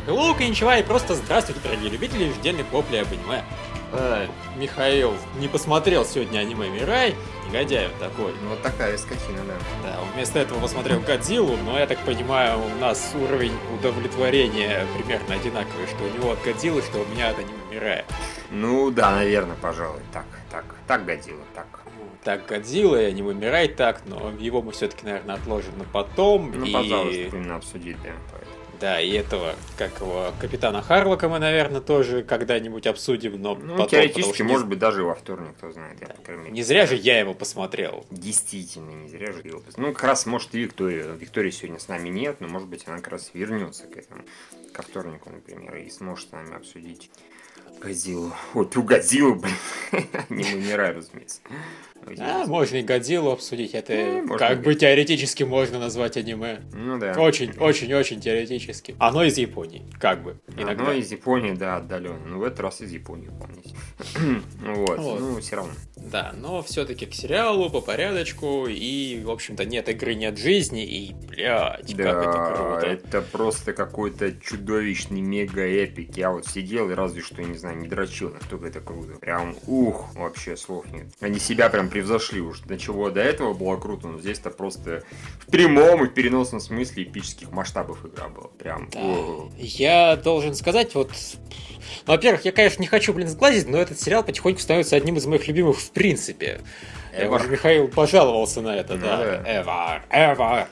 Hello, коничева и просто здравствуйте, дорогие любители ежедневных воплей об аниме. Михаил не посмотрел сегодня аниме Мирай, негодяй вот такой. Ну вот такая скотина, да. Да, он вместо этого посмотрел Годзиллу, но я так понимаю, у нас уровень удовлетворения примерно одинаковый, что у него от Годзиллы, что у меня от аниме Мирая. Ну да, наверное, пожалуй. Так Годзилла, так. Так, Годзилла и аниме Мирай так, но его мы все-таки, наверное, отложим на потом. Ну, пожалуйста, именно обсудить, да. Да, и этого, как его, Капитана Харлока мы, наверное, тоже когда-нибудь обсудим, но ну, потом, теоретически, может быть, даже во вторник, кто знает. Да. Я, по крайней мере, не зря же я его посмотрел. Действительно, не зря же его посмотрел. Ну, как раз, может, и Виктория. Виктории сегодня с нами нет, но, может быть, она как раз вернется к этому, ко вторнику, например, и сможет с нами обсудить Годзиллу. Ой, ту Годзиллу, блин. Не Мирай, разумеется. Можно и Годзиллу обсудить, это как быть. бы теоретически можно назвать аниме. Ну да. Очень теоретически. Оно из Японии, как бы, иногда. Оно из Японии, да, отдаленно. Ну, в этот раз из Японии, помните. Вот, ну, все равно. Да, но все-таки к сериалу, по порядочку, и, в общем-то, нет игры, нет жизни, и, блядь, да, как это круто. Это просто какой-то чудовищный мега-эпик. Я вот сидел и разве что, не знаю, не дрочил, насколько это круто. Прям, вообще слов нет. Они себя прям превзошли уж. До чего до этого было круто, но здесь-то просто в прямом и в переносном смысле эпических масштабов игра была. Прям, да. Я должен сказать, вот... Ну, во-первых, я, конечно, не хочу, сглазить, но этот сериал потихоньку становится одним из моих любимых в принципе. Уже Михаил пожаловался на это, да. Эвар.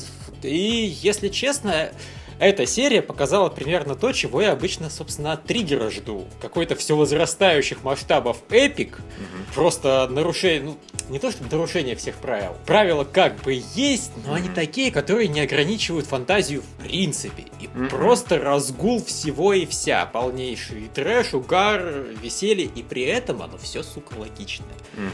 И, если честно, эта серия показала примерно то, чего я обычно, собственно, от триггера жду. Какой-то все возрастающих масштабов эпик. Просто нарушение, ну, не то чтобы нарушение всех правил. Правила как бы есть, но они такие, которые не ограничивают фантазию в принципе. И просто разгул всего и вся. Полнейший трэш, угар, веселье. И при этом оно все, сука, логичное.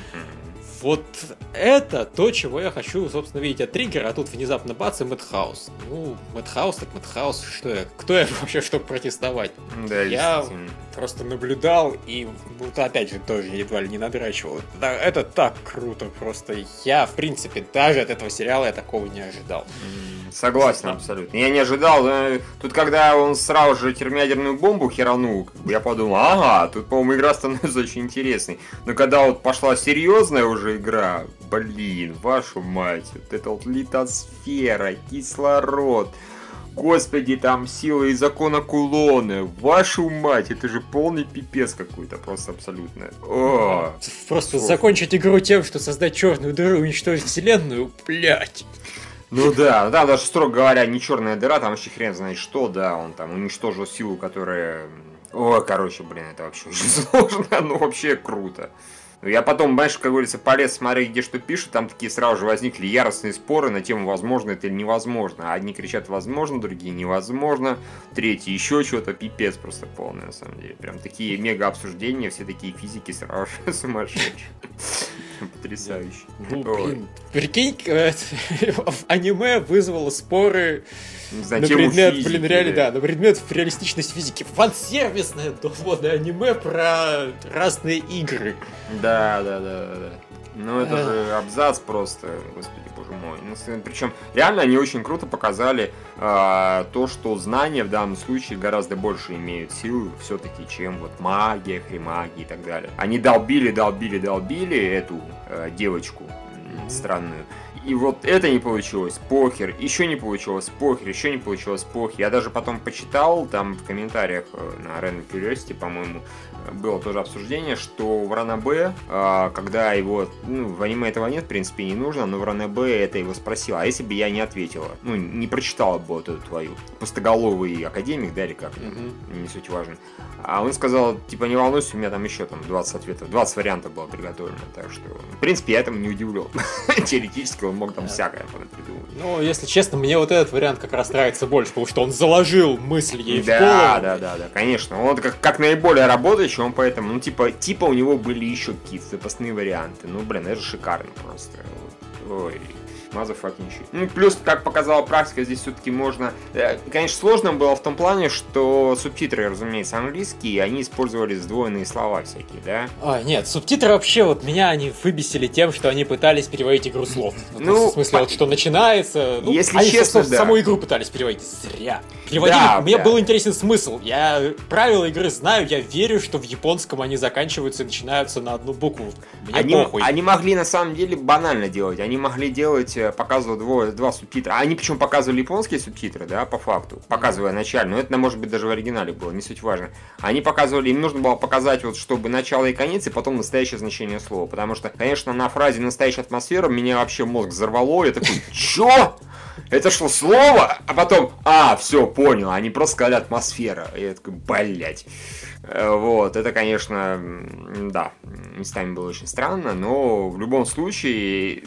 Вот это то, чего я хочу, собственно, видеть от триггера, а тут внезапно бац и Мэтхаус. Ну, Мэтхаус так Мэтхаус, что я? Кто я вообще, чтобы протестовать? Да, я просто наблюдал и, вот опять же, тоже едва ли не надрачивал. Это так круто просто. Я, в принципе, даже от этого сериала я такого не ожидал. Согласен, абсолютно. Я не ожидал. Тут, когда он сразу же термоядерную бомбу херанул, я подумал, ага, тут, по-моему, игра становится очень интересной. Но когда вот пошла серьезная уже игра, блин, вашу мать, вот это вот литосфера, кислород, господи, там сила и закона кулона, вашу мать, это же полный пипец какой-то, просто абсолютно. Просто закончить игру тем, что создать черную дыру и уничтожить вселенную, блять. Ну да, даже, строго говоря, не черная дыра, там вообще хрен знает что, да, он там уничтожил силу, которая... короче, блин, это вообще очень сложно, но вообще круто. Я потом, знаешь, как говорится, полез смотреть, где что пишут, там такие сразу же возникли яростные споры на тему, возможно это или невозможно. Одни кричат возможно, другие невозможно, третьи еще что-то, пипец просто полный, на самом деле. Прям такие мега обсуждения, все такие физики сразу же сумасшедшие. Потрясающе. Прикинь, аниме вызвало споры на предмет, на предмет реалистичности физики. Фан-сервисное доводное аниме про разные игры. Да. Ну это же абзац просто, господи боже мой. Причем реально они очень круто показали то, что знания в данном случае гораздо больше имеют силу все-таки, чем вот магия, хремагия и так далее. Они долбили эту девочку странную. И вот это не получилось, похер, еще не получилось, похер. Я даже потом почитал, там в комментариях на Random Curiosity, по-моему, было тоже обсуждение, что в Ранобэ, когда его, в аниме этого нет, в принципе, не нужно, но в Ранобэ это его спросила, а если бы я не ответила, не прочитала бы вот эту твою пустоголовый академик, да, или как, не суть важно. А он сказал, типа, не волнуйся, у меня там еще 20 ответов, 20 вариантов было приготовлено, так что, в принципе, я этому не удивлен. Теоретически он мог там всякое придумать. Ну, если честно, мне вот этот вариант как раз нравится больше, потому что он заложил мысль ей в голову. Да, конечно. Он как наиболее работающий, он поэтому, типа у него были еще какие-то запасные варианты. Ну, блин, это же шикарно просто. Ой. Motherfucking shit. Ну, плюс, как показала практика, здесь все-таки можно... Конечно, сложно было в том плане, что субтитры, разумеется, английские, они использовали сдвоенные слова всякие, да? Нет, субтитры вообще, вот меня они выбесили тем, что они пытались переводить игру слов. Ну, в смысле, вот что начинается... Ну, если они, честно, да. Саму игру пытались переводить. Зря. Переводили, мне был интересен смысл. Я правила игры знаю, я верю, что в японском они заканчиваются и начинаются на одну букву. Мне похуй. Они могли на самом деле банально делать. Они могли делать, показывать два субтитра. Они причем показывали японские субтитры, да, по факту, показывая начальную. Но это, может быть, даже в оригинале было, не суть важно. Они показывали, им нужно было показать, вот, чтобы начало и конец, и потом настоящее значение слова. Потому что, конечно, на фразе «настоящая атмосфера» меня вообще мозг взорвало. Я такой, чё? Это что, слово? А потом, все, понял, они просто сказали атмосфера. И я такой, блять. Вот, это, конечно, да, местами было очень странно, но в любом случае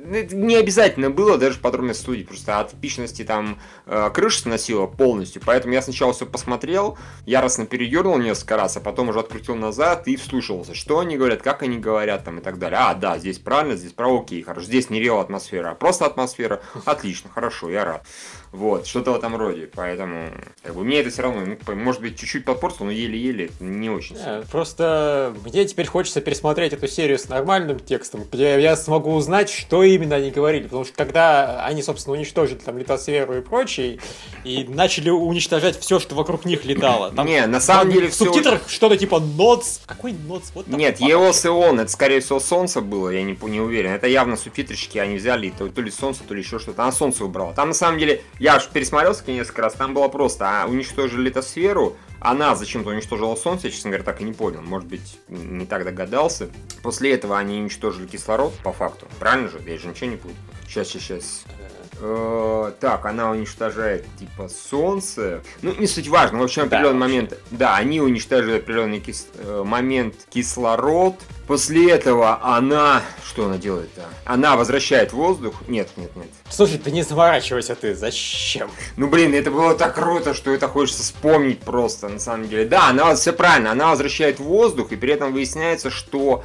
не обязательно было даже подробности судить, просто от эпичности там крыша сносила полностью, поэтому я сначала все посмотрел, яростно передернул несколько раз, а потом уже открутил назад и вслушивался, что они говорят, как они говорят там и так далее. Да, здесь правильно, окей, хорошо, здесь не реал атмосфера, а просто атмосфера, отлично, хорошо, я рад. Вот, что-то в этом роде, поэтому как бы, мне это все равно, может быть, чуть-чуть подпортило, но еле-еле, не очень. Просто мне теперь хочется пересмотреть эту серию с нормальным текстом, где я смогу узнать, что именно они говорили, потому что когда они, собственно, уничтожили там литосферу и прочее, и начали уничтожать все, что вокруг них летало. Там, на самом деле в субтитрах что-то типа ноц. Какой ноц? Вот нет, EOS и ON, это скорее всего солнце было, я не уверен. Это явно субтитрщики они взяли, то ли солнце, то ли еще что-то. Она солнце убрала. Там на самом деле, я аж пересмотрелся несколько раз, там было просто, уничтожили литосферу, она зачем-то уничтожила солнце, я, честно говоря, так и не понял. Может быть, не так догадался. После этого они уничтожили кислород, по факту. Правильно же? Я же ничего не путаю. Сейчас. Так, она уничтожает, типа, солнце. Ну, не суть важно. В общем, определенный момент... Да, они уничтожили определенный момент кислород. После этого она... Что она делает-то? Она возвращает воздух. Нет. Слушай, ты не заморачивайся ты. Зачем? Ну, блин, это было так круто, что это хочется вспомнить просто, на самом деле. Да, она все правильно. Она возвращает воздух, и при этом выясняется, что...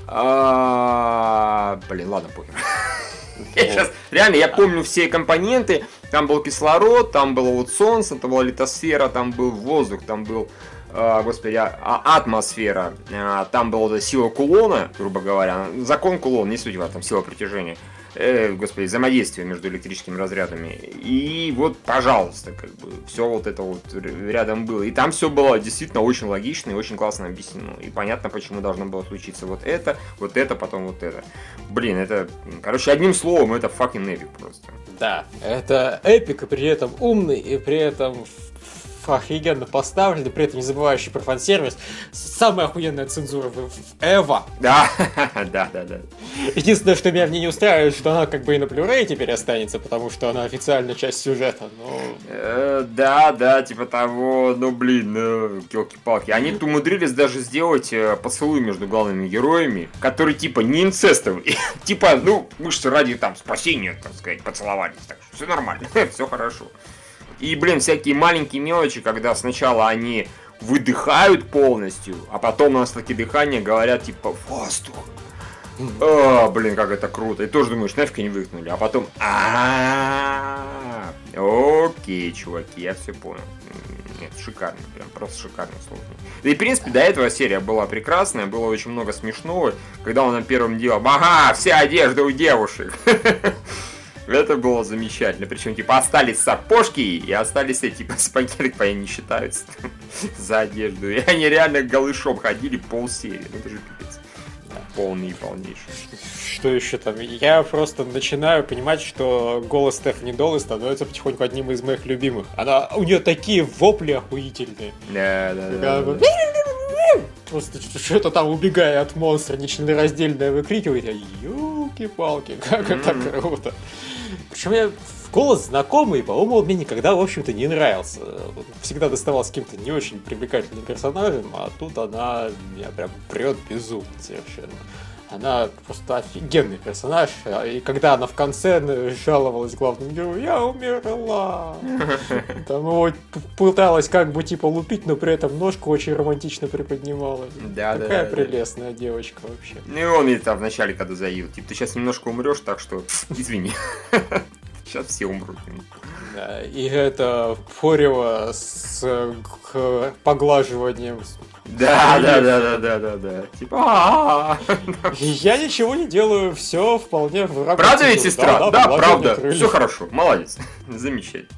Блин, ладно, похер. Реально, я помню все компоненты. Там был кислород, там было вот солнце, там была литосфера, там был воздух, там был, атмосфера. Там была сила Кулона, грубо говоря. Закон Кулона, не суть важно, там сила притяжения. Взаимодействие между электрическими разрядами. И вот, пожалуйста, как бы, все вот это вот рядом было. И там все было действительно очень логично и очень классно объяснено. И понятно, почему должно было случиться вот это, потом вот это. Блин, это, короче, одним словом, это fucking эпик просто. Да, это эпик, и при этом умный, и при этом офигенно поставленный, при этом не забывающий про фан-сервис. Самая охуенная цензура в Эва. Да. Единственное, что меня в ней не устраивает, что она как бы и на Blu-ray теперь останется, потому что она официальная часть сюжета, но... Да, типа того, ёлки-палки. Они умудрились даже сделать поцелуй между главными героями, который типа не инцестовый. Типа, мы же ради там спасения, так сказать, поцеловались, так что все нормально, все хорошо. И, всякие маленькие мелочи, когда сначала они выдыхают полностью, а потом на остатки дыхания говорят, типа, воздух. Как это круто. И тоже думаешь, нафиг они выдохнули. А потом, окей, чуваки, я все понял. Нет, шикарно, прям просто шикарно слушай. Да и, в принципе, до этого серия была прекрасная, было очень много смешного, когда он на первом делал, вся одежда у девушек. Это было замечательно. Причем, остались сапожки и остались эти сапоги, они не считаются за одежду. И они реально голышом ходили полсерии. Это же пипец. Полный и полнейший. Что еще там? Я просто начинаю понимать, что голос Стефани Доллы становится потихоньку одним из моих любимых. У нее такие вопли охуительные. Да. Просто что-то там, убегая от монстра, нечленораздельное выкрикивает. Ёлки-палки, как это круто. Причем я голос знакомый, по-моему, он мне никогда, в общем-то, не нравился. Всегда доставался каким-то не очень привлекательным персонажем, а тут она меня прям прет безумно совершенно. Она просто офигенный персонаж. И когда она в конце жаловалась главному герою, я умерла. Там его пыталась как бы типа лупить, но при этом ножку очень романтично приподнимала. Такая прелестная девочка вообще. Ну и он ей там вначале когда заявил, типа, ты сейчас немножко умрешь, так что извини. Сейчас все умрут. Да, и это Форева с поглаживанием. Да. Типа. Я ничего не делаю, все вполне в рамках. Правда ведь, сестра? Да, правда. Все хорошо, молодец. Замечательно.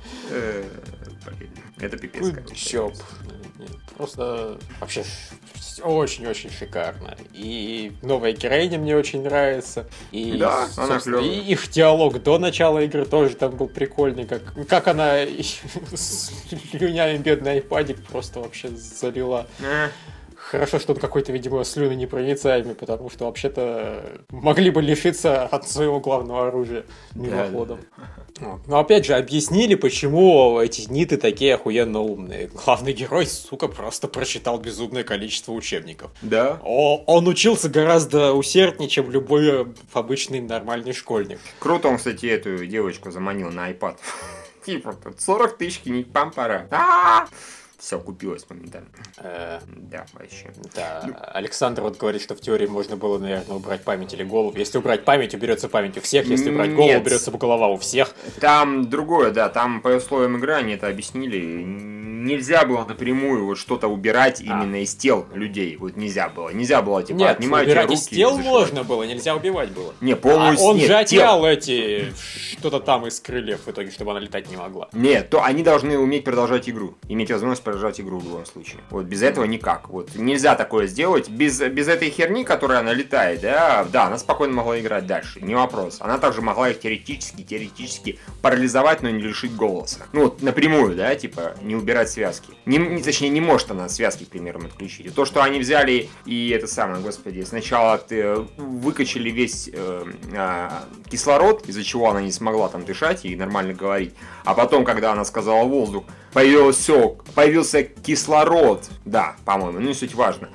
Это пипец. Чё, просто вообще очень-очень шикарно. И новая героиня мне очень нравится. И, да, она клёвая. И их диалог до начала игры тоже там был прикольный. Как она с слюнями бедный айпадик просто вообще залила. Хорошо, что он какой-то, видимо, слюнонепроницаемый, потому что вообще-то могли бы лишиться от своего главного оружия мимоходом. Но опять же, объяснили, почему эти ниты такие охуенно умные. Главный герой, сука, просто прочитал безумное количество учебников. Да? Он учился гораздо усерднее, чем любой обычный нормальный школьник. Круто он, кстати, эту девочку заманил на iPad. Типа, 40 тысяч книг, пам-пара. Все, купилось моментально. Да, вообще. Да, Александр вот говорит, что в теории можно было, наверное, убрать память или голову. Если убрать память, уберется память у всех. Если убрать голову, уберется голова у всех. Там другое, да. Там по условиям игры они это объяснили. Нельзя было напрямую вот что-то убирать именно из тел людей. Вот нельзя было. Нельзя было, типа, нет, отнимайте убирать руки. Из тел можно было, нельзя убивать было. Не, полностью. Он же отнял эти что-то там из крыльев в итоге, чтобы она летать не могла. Нет, то они должны уметь продолжать игру. Иметь возможность продолжать игру в любом случае. Вот без этого никак. Вот нельзя такое сделать. Без этой херни, которая она летает, да, она спокойно могла играть дальше. Не вопрос. Она также могла их теоретически парализовать, но не лишить голоса. Ну вот напрямую, да, типа, не убирать связки. Точнее, не может она связки, к примеру, отключить. И то, что они взяли и это самое, господи, сначала выкачали весь кислород, из-за чего она не смогла там дышать и нормально говорить. А потом, когда она сказала воздух, появился кислород. Да, по-моему, не суть важно.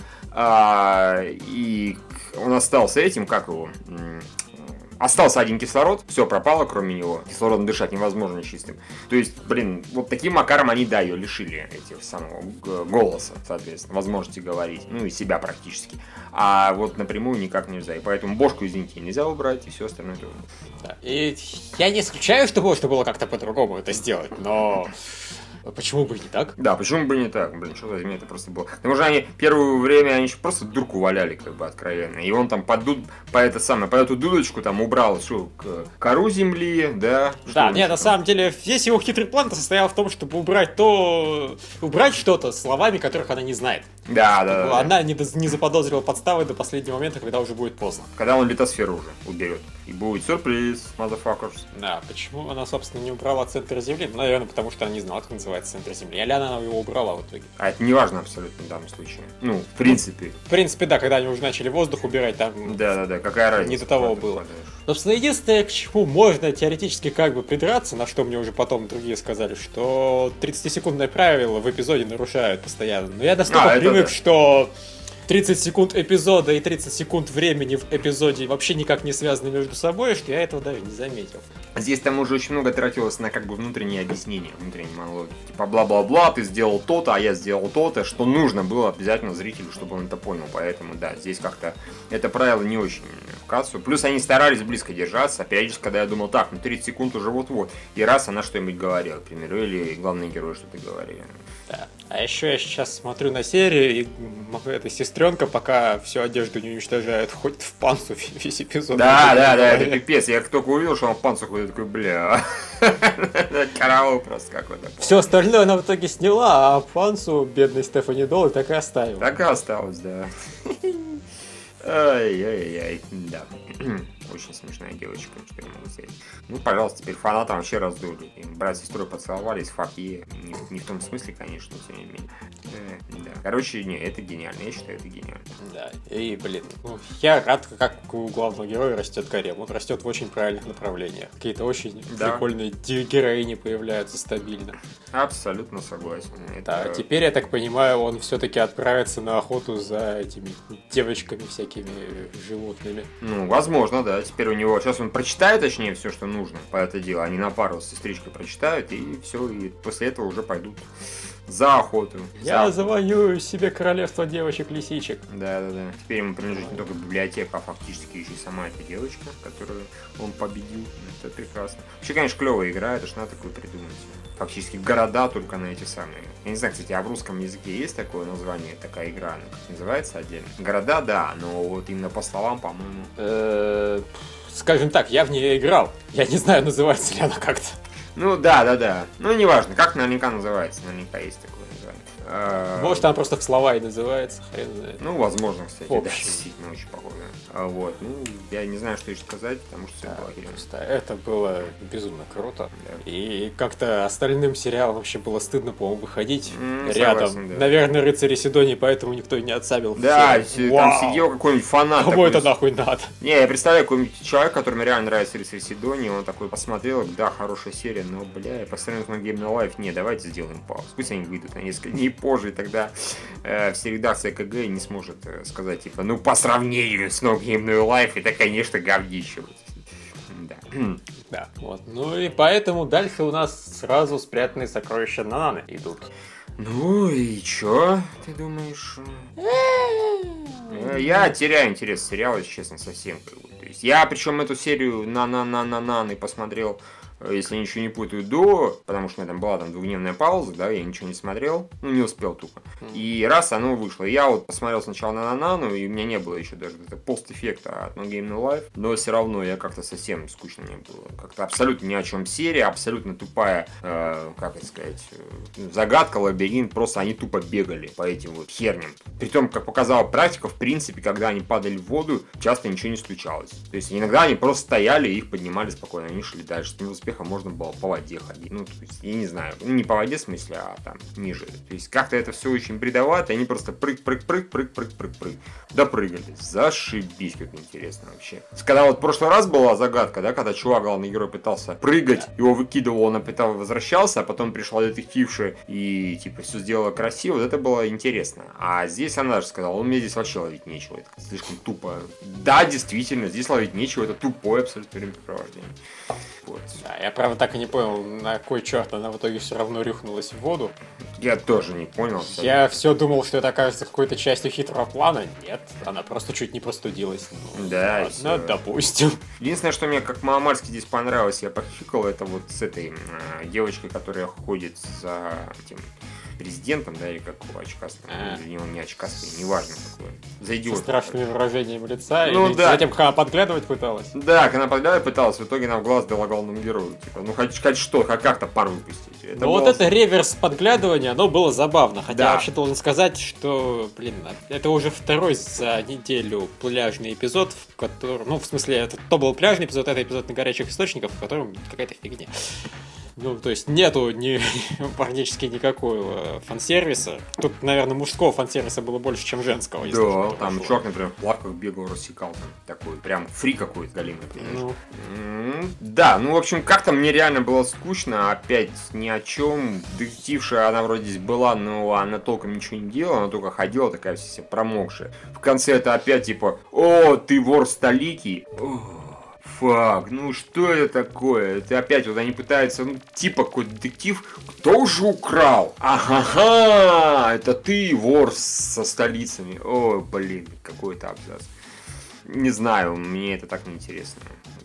И он остался этим, как его... Остался один кислород, все пропало, кроме него. Кислородом дышать невозможно чистым. То есть, вот таким макаром они, да, ее лишили этих самого голоса, соответственно, возможности говорить. Ну и себя практически. А вот напрямую никак нельзя. И поэтому бошку, извините, нельзя убрать, и все остальное тоже. Да. И я не исключаю, что можно было как-то по-другому это сделать, но... Почему бы и не так? Да, почему бы и не так? Что возьми, это просто было. Потому что они первое время они еще просто дурку валяли, как бы откровенно. И он там по эту дудочку там убрал кору земли, да. Да, нет, на самом деле, весь его хитрый план состоял в том, чтобы убрать что-то словами, которых она не знает. Да. Она не заподозрила подставы до последнего момента, когда уже будет поздно. Когда он литосферу уже уберет. И будет сюрприз, motherfuckers. Да, почему она, собственно, не убрала центр Земли? Ну, наверное, потому что она не знала, как называется центр Земли. Или она его убрала в итоге? А это не важно абсолютно в данном случае. Ну, в принципе. В принципе, да, когда они уже начали воздух убирать, там... Да, какая разница. Не до того было. Собственно, единственное, к чему можно теоретически как бы придраться, на что мне уже потом другие сказали, что 30-секундное правило в эпизоде нарушают постоянно. Но я настолько привык, что 30 секунд эпизода и 30 секунд времени в эпизоде вообще никак не связаны между собой, что я этого даже не заметил. Здесь там уже очень много тратилось на как бы внутреннее объяснение, внутренний монолог. Типа бла-бла-бла, ты сделал то-то, а я сделал то-то, что нужно было обязательно зрителю, чтобы он это понял. Поэтому, да, здесь как-то это правило не очень в кассу. Плюс они старались близко держаться, периодически, когда я думал, так, 30 секунд уже вот-вот. И раз она что-нибудь говорила, к примеру, или главные герои что-то говорили. Да. А еще я сейчас смотрю на серию, и эта сестренка пока всю одежду не уничтожает, ходит в панцу весь эпизод. Да, это пипец. Я только увидел, что он в панцу ходит, такой, бля. Караул просто какой-то. Все остальное она в итоге сняла, а панцу бедной Стефани Долл так и оставила. Так и осталось, да. Ай-яй-яй, да. Очень смешная девочка, что я могу сказать. Ну, пожалуйста, теперь фанатам вообще раздули. Брат с сестрой поцеловались, фак, не в том смысле, конечно, тем не менее. Да. Короче, не, это гениально. Я считаю, это гениально. Да. И, блин, я рад, как у главного героя растет Карем. Он растет в очень правильных направлениях. Какие-то очень прикольные героини появляются стабильно. Абсолютно согласен. Да, теперь, я так понимаю, он все-таки отправится на охоту за этими девочками всякими животными. Ну, возможно, да. Теперь у него... Сейчас он прочитает, точнее, все, что нужно по это дело. Они на пару с сестричкой прочитают, и все, и после этого уже пойдут за охоту. Я завоюю себе королевство девочек-лисичек. Да. Теперь ему принадлежит не только библиотека, а фактически еще и сама эта девочка, которую он победил. Это прекрасно. Вообще, конечно, клевая игра, это ж надо такое придумать. Фактически города только на эти самые. Я не знаю, кстати, а в русском языке есть такое название, такая игра, она как называется отдельно? Города, да, но вот именно по словам, по-моему... Скажем так, я в нее играл. Я не знаю, называется ли она как-то. Ну да. Ну неважно, как наверняка называется, наверняка есть такое название. Может, она просто в слова и называется, хрен знает. Ну, возможно, кстати, да, действительно очень похоже. Вот, ну, я не знаю, что еще сказать, потому что все было это было безумно круто. Да. И как-то остальным сериалам вообще было стыдно, по-моему, выходить рядом. Согласен, да. Наверное, «Рыцари Сидонии», поэтому никто и не отсабил. Да, там сидел какой-нибудь фанат. Кому это нахуй надо? Не, я представляю, какой-нибудь человек, которому реально нравится «Рыцари Сидонии», он такой посмотрел, да, хорошая серия, но, бля, по сравнению с Game No Life, не, давайте сделаем паузу. Пусть они выйдут на несколько дней позже, и тогда все редакции КГ не сможет сказать, типа, ну, по сравнению с No Game No Life, это, конечно, говнище. Да. Да, вот. Ну и поэтому дальше у нас сразу спрятанные сокровища Нананы идут. Ну и чё, ты думаешь? Я теряю интерес к сериалу, если честно, совсем. То есть я, причем эту серию на посмотрел, если я ничего не путаю, потому что у меня там была двухдневная пауза, да, я ничего не смотрел, ну, не успел тупо. И раз оно вышло, я вот посмотрел сначала на Нанану, и у меня не было еще даже пост-эффекта от No Game No Life, но все равно я как-то совсем скучно мне было. Как-то абсолютно ни о чем серия, абсолютно тупая, как это сказать, загадка, лабиринт, просто они тупо бегали по этим вот херням. Притом, как показала практика, в принципе, когда они падали в воду, часто ничего не случалось. То есть иногда они просто стояли и их поднимали спокойно, они шли дальше. С успехом можно было по воде ходить. Ну, то есть, я не знаю, не по воде в смысле, а там ниже. То есть как-то это все очень бредовато, они просто прыг. Допрыгали. Зашибись, как интересно вообще. Когда вот в прошлый раз была загадка, да, когда чувак, главный герой, пытался прыгать, его выкидывал, он опять возвращался, а потом пришла детективша и типа все сделала красиво, вот это было интересно. А здесь она же сказала, он мне здесь вообще ловить нечего, это слишком тупо. Да, действительно, здесь ловить нечего, это тупое абсолютно времяпрепровождение. Вот. Да, я правда так и не понял, на кой черт она в итоге все равно рюхнулась в воду. Я тоже не понял. Я все думал, что это окажется какой-то частью хитрого плана. Нет, она просто чуть не простудилась. Ну, да, ладно, допустим. Единственное, что мне как маломальски здесь понравилось, я похихикал, это вот с этой девочкой, которая ходит за этим президентом, да, или какого очкастого. Или он не очкастый, неважно какой. За идиота. Со страшным выражением лица. Ну, или да. Затем, когда она подглядывать пыталась. Да, когда она подглядывать пыталась, в итоге она в глаз дала главному герою. Типа, ну хоть что, как-то пар выпустить. Это вот это реверс подглядывания, оно было забавно. Хотя да. Я вообще должен сказать, что, это уже второй за неделю пляжный эпизод, в котором, ну, в смысле, это то был пляжный эпизод, это эпизод на горячих источниках, в котором какая-то фигня. Ну, то есть нету практически никакого фан-сервиса. Тут, наверное, мужского фан-сервиса было больше, чем женского. Да, там чувак, например, в плавках бегал, рассекал там такой, прям фри какой-то галимый, понимаешь? Да, ну, в общем, как-то мне реально было скучно, опять ни о чем. Детективша, она вроде здесь была, но она толком ничего не делала, она только ходила такая вся промокшая. В конце это опять типа, о, ты вор столикий. Фак, ну что это такое? Это опять вот они пытаются, ну, типа какой-то детектив, кто же украл? Ага, это ты, вор со столицами. Ой, блин, какой-то абзац. Не знаю, мне это так неинтересно.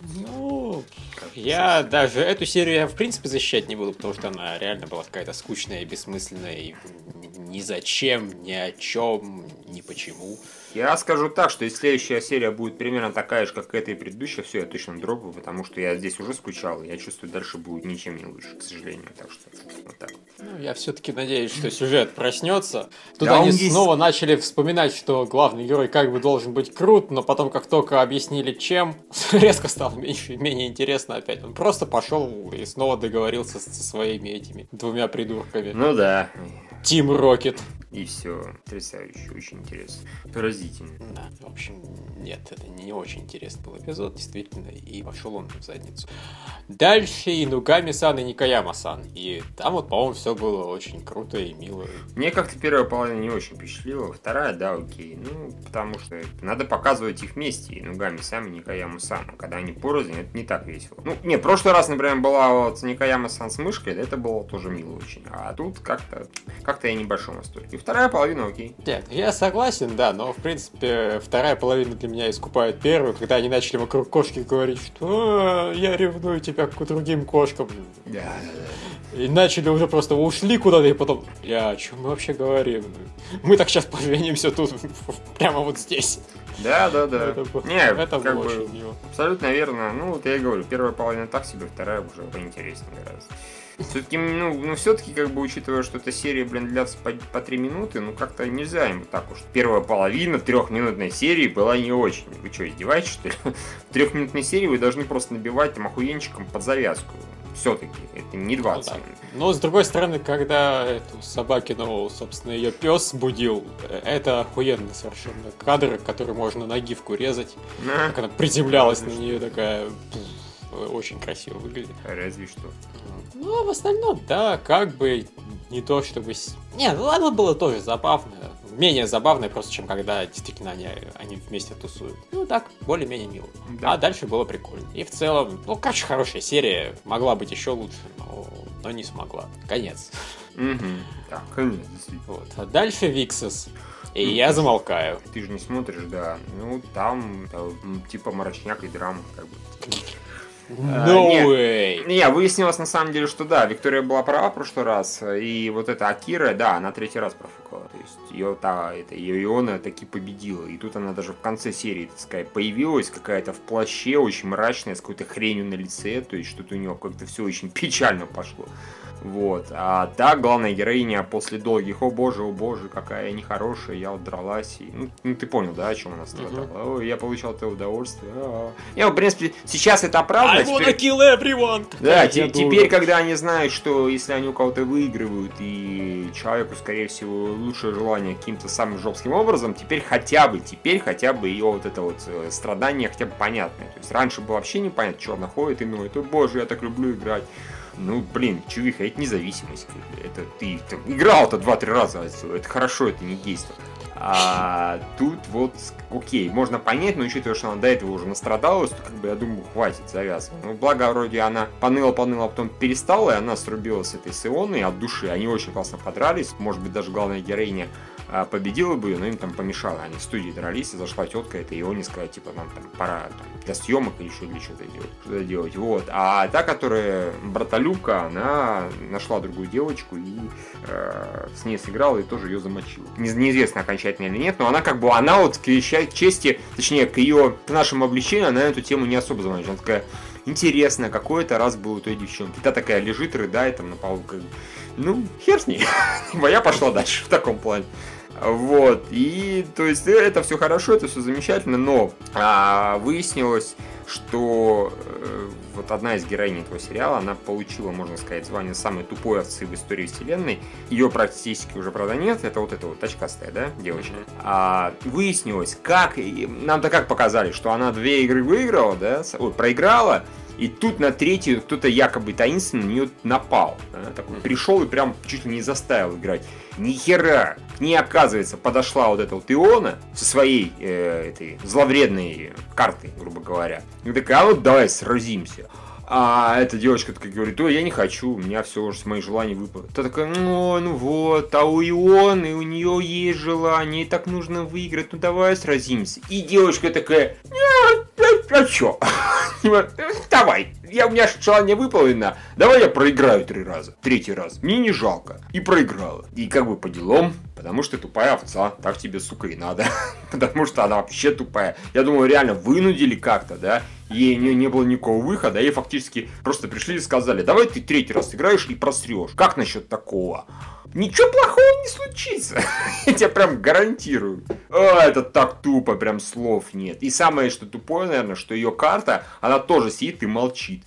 Ну, я даже эту серию я в принципе защищать не буду, потому что она реально была какая-то скучная и бессмысленная, и ни зачем, ни о чем, ни почему. Я скажу так, что если следующая серия будет примерно такая же, как эта и предыдущая, все, я точно дропаю, потому что я здесь уже скучал, и я чувствую, дальше будет ничем не лучше, к сожалению, так что вот так. Ну, я все-таки надеюсь, что сюжет проснется. Тут да, они снова начали вспоминать, что главный герой как бы должен быть крут, но потом, как только объяснили чем, резко стало менее интересно опять. Он просто пошел и снова договорился со своими этими двумя придурками. Ну да. Team Rocket. И все. Потрясающе, очень интересно. Поразительно. Да, в общем, нет, это не очень интересный был эпизод, действительно, и пошел он в задницу. Дальше Инугами-сан и Никаяма-сан. И там вот, по-моему, все было очень круто и мило. Мне как-то первая половина не очень впечатлила, вторая, да, окей. Ну, потому что надо показывать их вместе, Инугами-сан и Никаяма-сан. Когда они порознь, это не так весело. Ну, не, в прошлый раз, например, была вот Никаяма-сан с мышкой, да, это было тоже мило очень. А тут как-то я не в большом восторге. И вторая половина окей. Нет, я согласен, да, но, в принципе, вторая половина для меня искупает первую, когда они начали вокруг кошки говорить, что я ревную тебя к другим кошкам. Да. И начали уже просто ушли куда-то, и потом, о чем мы вообще говорим? Мы так сейчас поженимся тут, прямо вот здесь. Да. Это было очень мило. Абсолютно верно. Ну, вот я и говорю, первая половина так себе, вторая уже поинтереснее гораздо. Все-таки, все-таки, как бы, учитывая, что эта серия, длится по 3 минуты, ну, как-то нельзя им так уж. Первая половина 3-минутной серии была не очень. Вы что, издеваетесь, что ли? В 3-минутной серии вы должны просто набивать там охуенчиком под завязку. Все-таки, это не 20 минут. Но, с другой стороны, когда эту собакину, собственно, ее пес будил, это охуенный совершенно кадр, который можно на гифку резать. Как она приземлялась на нее, такая... Очень красиво выглядит. Разве что. Ну, в остальном, да, как бы не то, чтобы... Не, ну ладно, было тоже забавно. Менее забавно, просто, чем когда действительно они вместе тусуют. Ну, так, более-менее мило. Да. А дальше было прикольно. И в целом, ну, короче, хорошая серия. Могла быть еще лучше, но не смогла. Конец. Так, конец, действительно. Вот. А дальше Виксос. И я замолкаю. Ты же не смотришь, да. Ну, там типа мрачняк и драма, как бы. No way! Не, выяснилось на самом деле, что да, Виктория была права в прошлый раз, и вот эта Акира, да, она 3-й раз профукала, то есть ее Иона таки победила, и тут она даже в конце серии, так сказать, появилась какая-то в плаще, очень мрачная, с какой-то хренью на лице, то есть что-то у нее как-то все очень печально пошло. Вот. А так, главная героиня после долгих, о боже, какая я нехорошая, я вот дралась. И, ну, ты понял, да, о чем она страдала? Ой, я получал это удовольствие. Я, в принципе, сейчас это оправдано. I wanna kill everyone! Да, теперь, когда они знают, что если они у кого-то выигрывают, и человеку, скорее всего, лучшее желание каким-то самым жопским образом, теперь хотя бы ее вот это вот страдание хотя бы понятное. То есть раньше было вообще непонятно, что она ходит и ноет, о боже, я так люблю играть. Ну, блин, чувиха, это независимость. Это ты играл-то 2-3 раза, это хорошо, это не гейство. А тут вот, окей, можно понять, но учитывая, что она до этого уже настрадалась, то как бы я думаю, хватит завязывать. Ну, благо, вроде она поныла, а потом перестала, и она срубила с этой Сионой от души. Они очень классно подрались. Может быть, даже главная героиня победила бы ее, но им там помешало. Они в студии дрались, и зашла тетка, это Ионе сказала, типа, нам там пора там, для съемок или еще для что-то делать. Вот. А та, которая братолюбка, она нашла другую девочку и с ней сыграла и тоже ее замочила. Неизвестно окончательно или нет, но она как бы, она вот к чести, точнее, к нашему обличению, она эту тему не особо замочила. Она такая, интересно, какой-то раз был у той девчонки. Та такая лежит, рыдает там на полу, как... Ну, хер с ней. Я пошла дальше в таком плане. Вот, и, то есть, это все хорошо, это все замечательно, но выяснилось, что вот одна из героинь этого сериала, она получила, можно сказать, звание самой тупой овцы в истории вселенной. Ее практически уже, правда, нет, это вот эта вот очкастая, да, девочка. Выяснилось, нам-то как показали, что она 2 игры выиграла, да, проиграла, и тут на третью кто-то якобы таинственно на нее напал. Такой пришел и прям чуть ли не заставил играть. Ни хера! К ней, оказывается, подошла вот эта вот Иона со своей этой зловредной картой, грубо говоря. И такая, а ну давай сразимся. А эта девочка такая говорит, ой, я не хочу, у меня все уже с моих желаний выпало. Та такая, ну вот, а у Ионы, у нее есть желание, и так нужно выиграть, ну давай сразимся. И девочка такая, а чё? Давай, у меня желание выполнено, давай я проиграю 3 раза, 3-й раз, мне не жалко. И проиграла. И как бы по делам, потому что ты тупая овца, так тебе, сука, и надо. Потому что она вообще тупая. Я думаю, реально вынудили как-то, да, ей не было никакого выхода, ей фактически просто пришли и сказали, давай ты 3-й раз играешь и просрешь. Как насчет такого? Ничего плохого не случится. Я тебе прям гарантирую. Это так тупо, прям слов нет. И самое, что тупое, наверное, что ее карта, она тоже сидит и молчит.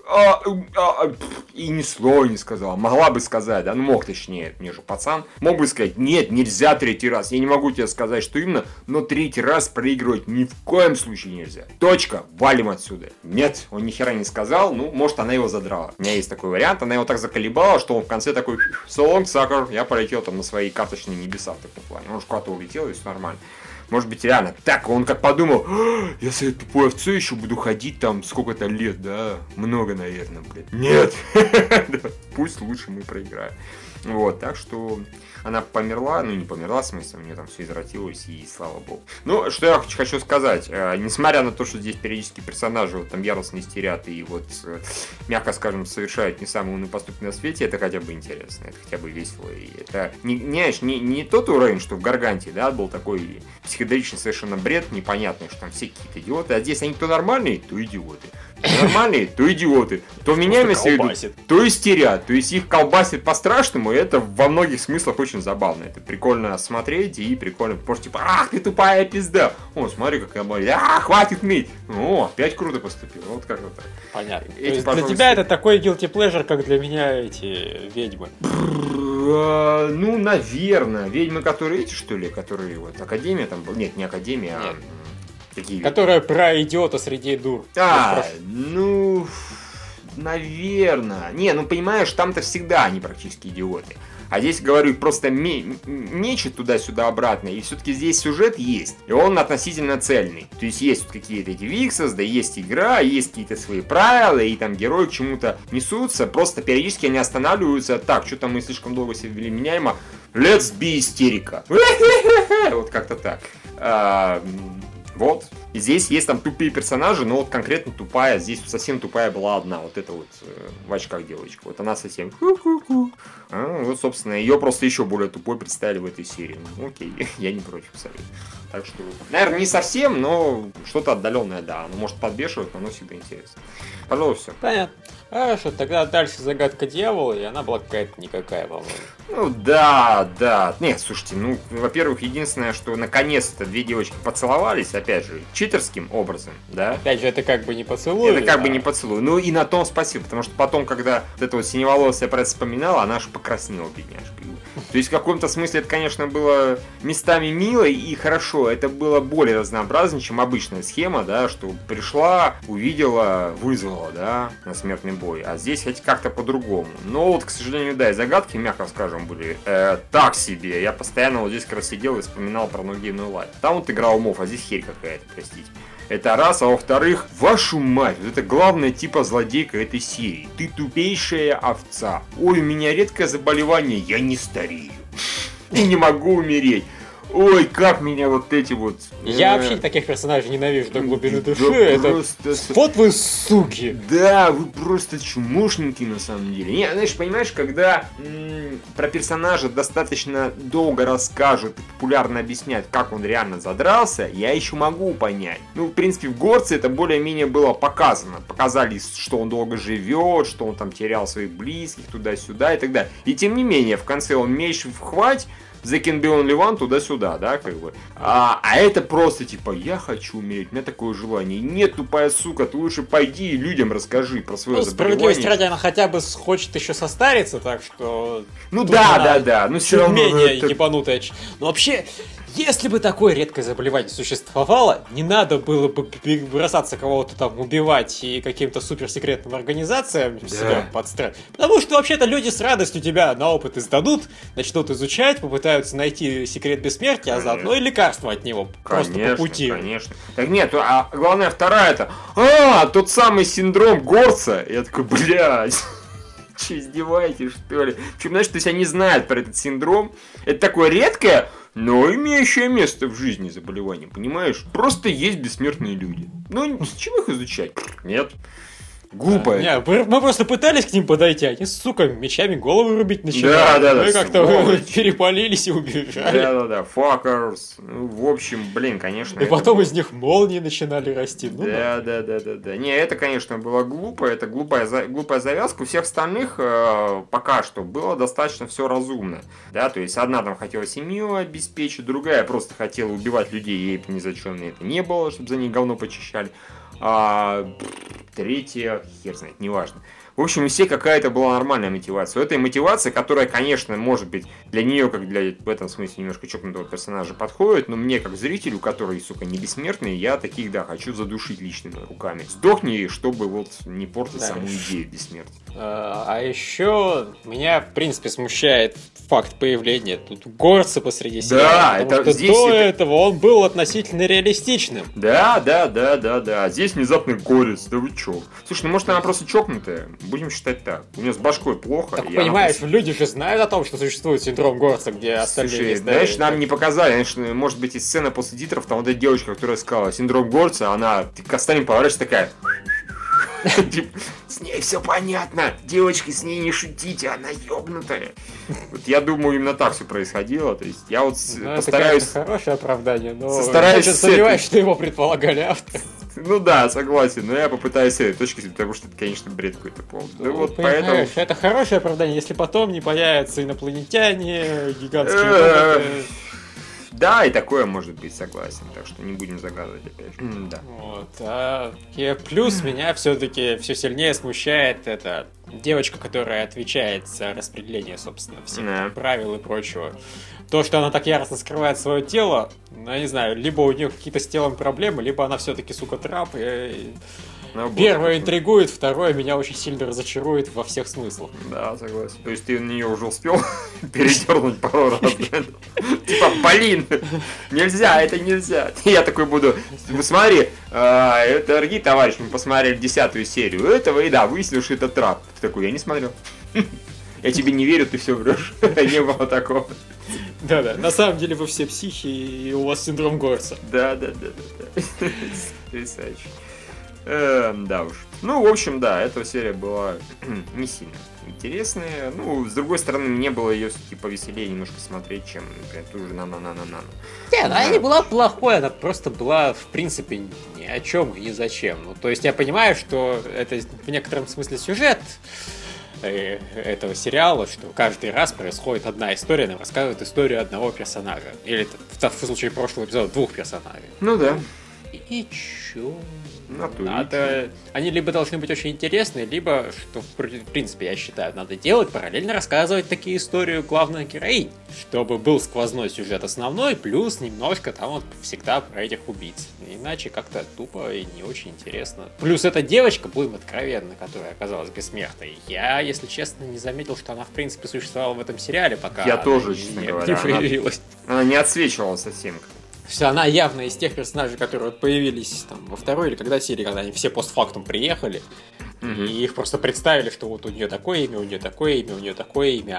И ни слова не сказала. Могла бы сказать, да, ну мог точнее, мне же пацан. Мог бы сказать, нет, нельзя 3-й раз. Я не могу тебе сказать, что именно, но 3-й раз проигрывать ни в коем случае нельзя. Точка, валим отсюда. Нет, он ни хера не сказал, ну, может, она его задрала. У меня есть такой вариант, она его так заколебала, что он в конце такой, so long, sucker, я полетел там на свои карточные небеса в таком плане. Он же куда-то улетел, и все нормально. Может быть, реально. Так, он как подумал, я с этой тупой овцой еще буду ходить там сколько-то лет, да? Много, наверное, блядь. Нет! Пусть лучше мы проиграем. Вот, так что она померла, ну не померла, в смысле, у нее там все извратилось, и слава богу. Ну, что я хочу сказать, несмотря на то, что здесь периодически персонажи вот, там яростно истерят и вот, мягко скажем, совершают не самый умный поступок на свете, это хотя бы интересно, это хотя бы весело. И это не тот уровень, что в Гарганте, да, был такой психоделичный совершенно бред, непонятный, что там все какие-то идиоты, а здесь они то нормальные, то идиоты. Нормальные, то идиоты, то меня имеется, то истерят, то есть их колбасит по-страшному, и это во многих смыслах очень забавно. Это прикольно смотреть и прикольно, просто типа, ах, ты тупая пизда. О, смотри, как я боюсь, хватит ныть. О, опять круто поступил, вот как это. Понятно. То есть для тебя это такой guilty pleasure, как для меня эти ведьмы. Ну, наверное. Ведьмы, которые эти, что ли, которые вот Академия там был. Нет, не Академия, а... Какие? Которая про идиота среди дур. Ну, наверное. Не, ну понимаешь, там-то всегда они практически идиоты. А здесь, говорю, просто мечет туда-сюда обратно. И все-таки здесь сюжет есть. И он относительно цельный. То есть есть вот какие-то эти Виксос, да есть игра, есть какие-то свои правила, и там герои к чему-то несутся. Просто периодически они останавливаются. Так, что-то мы слишком долго себя вели меняемо. Let's be истерика. Вот как-то так. Вот. И здесь есть там тупые персонажи, но вот конкретно тупая, здесь совсем тупая была одна, вот эта вот в очках девочка. Вот она совсем вот, собственно, ее просто еще более тупой представили в этой серии. Ну, окей, я не против абсолютно. Так что, наверное, не совсем, но что-то отдаленное, да. Оно может подбешивать, но оно всегда интересно. Пожалуй, все. Понятно. Хорошо, тогда дальше загадка дьявола, и она была какая-то никакая, по-моему. Ну да. Нет, слушайте, ну, во-первых, единственное, что наконец-то две девочки поцеловались, опять же, читерским образом, да. Опять же, это как бы не поцелуй. Это как бы не поцелуй. Ну и на том спасибо, потому что потом, когда вот эта вот синеволосая про это вспоминала, она аж покраснела, бедняжка. То есть в каком-то смысле это, конечно, было местами мило и хорошо. Это было более разнообразнее, чем обычная схема, да, что пришла, увидела, вызвала, да, на смертный бой. А здесь хоть как-то по-другому. Но вот, к сожалению, да, и загадки, мягко скажем, были так себе. Я постоянно вот здесь как раз сидел и вспоминал про No Game No Life. Там вот игра умов, а здесь херь какая-то, простите. Это раз, а во-вторых, вашу мать, вот это главная типа злодейка этой серии. Ты тупейшая овца. Ой, у меня редкое заболевание, я не старею. И не могу умереть. Ой, как меня вот эти вот... Я вообще таких персонажей ненавижу до глубины души. Да это... просто... Вот вы суки! Да, вы просто чмошники на самом деле. Не, знаешь, понимаешь, когда про персонажа достаточно долго расскажут и популярно объясняют, как он реально задрался, я еще могу понять. Ну, в принципе, в Горце это более-менее было показано. Показали, что он долго живет, что он там терял своих близких, туда-сюда и так далее. И тем не менее, в конце он меч в хвать, The can be only one, туда-сюда, да, как бы. А это просто, типа, я хочу умереть, у меня такое желание. Нет, тупая сука, ты лучше пойди и людям расскажи про свое заболевание. Справедливости ради, она хотя бы хочет еще состариться, так что... Ну да, ну все равно... менее ебанутая. Но вообще... Если бы такое редкое заболевание существовало, не надо было бы бросаться кого-то там убивать и каким-то суперсекретным организациям себя подстраивать. Потому что вообще-то люди с радостью тебя на опыт издадут, начнут изучать, попытаются найти секрет бессмертия, а заодно и лекарство от него. Просто по пути. Конечно. Так нет, а главное вторая это, тот самый синдром Горца. Я такой, блядь. Че, издеваетесь, что ли? Причем, знаешь, то есть они знают про этот синдром. Это такое редкое, но имеющее место в жизни заболевание, понимаешь? Просто есть бессмертные люди. Ну, с чего их изучать? Нет. Глупая. Не, мы просто пытались к ним подойти, они, сука, мечами головы рубить начинали. Да. Мы как-то перепалились и убежали. Да, fuckers. Ну, в общем, блин, конечно. И потом из них молнии начинали расти. Да. Не, это, конечно, было глупо. Это глупая завязка. У всех остальных пока что было достаточно все разумно. Да, то есть одна там хотела семью обеспечить, другая просто хотела убивать людей, ей ни за что это не было, чтобы за ней говно почищали. Третья, хер знает, неважно. В общем, у всех какая-то была нормальная мотивация. У этой мотивации, которая, конечно, может быть, для нее, как для, в этом смысле, немножко чокнутого персонажа подходит, но мне, как зрителю, который, сука, не бессмертный, я таких, да, хочу задушить личными руками. Сдохни, чтобы вот не портить саму идею бессмертия. А еще меня, в принципе, смущает факт появления тут горца посреди сериала. Да, это здесь... До этого он был относительно реалистичным. Да. А здесь внезапный горец, да вы чё? Слушай, ну может она просто чокнутая? Будем считать так. У нее с башкой плохо. Так понимаешь, люди же знают о том, что существует синдром горца, где остальные... Слушай, знаешь, нам не показали, конечно, может быть, и сцена после титров, там вот эта девочка, которая сказала синдром горца, она к остальным поворачивается такая... С ней все понятно, девочки, с ней не шутите, она ёбнутая. Вот я думаю, именно так все происходило. То есть я вот постараюсь... Это хорошее оправдание, но постараюсь я сомневаюсь, что его предполагали авторы. Ну да, согласен, но я попытаюсь с этой точки зрения, потому что это, конечно, бред какой-то полный. Ну, вот поэтому... Это хорошее оправдание, если потом не появятся инопланетяне, гигантские роботы. Да, и такое может быть, согласен. Так что не будем загадывать опять же. Да. Вот. Плюс меня все-таки все сильнее смущает эта девочка, которая отвечает за распределение, собственно, всех правил и прочего. То, что она так яростно скрывает свое тело, ну, я не знаю, либо у нее какие-то с телом проблемы, либо она все-таки, сука, трап. Первое интригует, второе меня очень сильно разочарует во всех смыслах. Да, согласен. То есть ты на нее уже успел передернуть пару раз? Типа, блин, нельзя, это нельзя. Я такой буду, смотри, дорогие товарищи, мы посмотрели 10-ю серию этого, и да, выяснилось, что это трап. Ты такой, я не смотрел. Я тебе не верю, ты все врешь. Не было такого. Да, на самом деле вы все психи, и у вас синдром горца. Да. Потрясающе. Да уж. Ну, в общем, да, эта серия была не сильно интересная. Ну, с другой стороны, мне было ее все-таки повеселее немножко смотреть, чем, например, ту же на-на-на-на-на. Нет, она не была плохой, она просто была, в принципе, ни о чем и ни зачем. Ну, то есть я понимаю, что это в некотором смысле сюжет этого сериала, что каждый раз происходит одна история, нам рассказывают историю одного персонажа. Или в случае прошлого эпизода 2 персонажей. Ну да. И чё? Надо... Они либо должны быть очень интересны, либо, что в принципе я считаю, надо делать, параллельно рассказывать такие истории главных героинь, чтобы был сквозной сюжет основной, плюс немножко там вот всегда про этих убийц. Иначе как-то тупо и не очень интересно. Плюс эта девочка, будем откровенны, которая оказалась бессмертной. Я, если честно, не заметил, что она в принципе существовала в этом сериале, пока я тоже, честно говоря, не появилась. Она не отсвечивала совсем. Все, она явно из тех персонажей, которые появились там во второй или когда серии, когда они все постфактум приехали, и их просто представили, что вот у нее такое имя, у нее такое имя, у нее такое имя,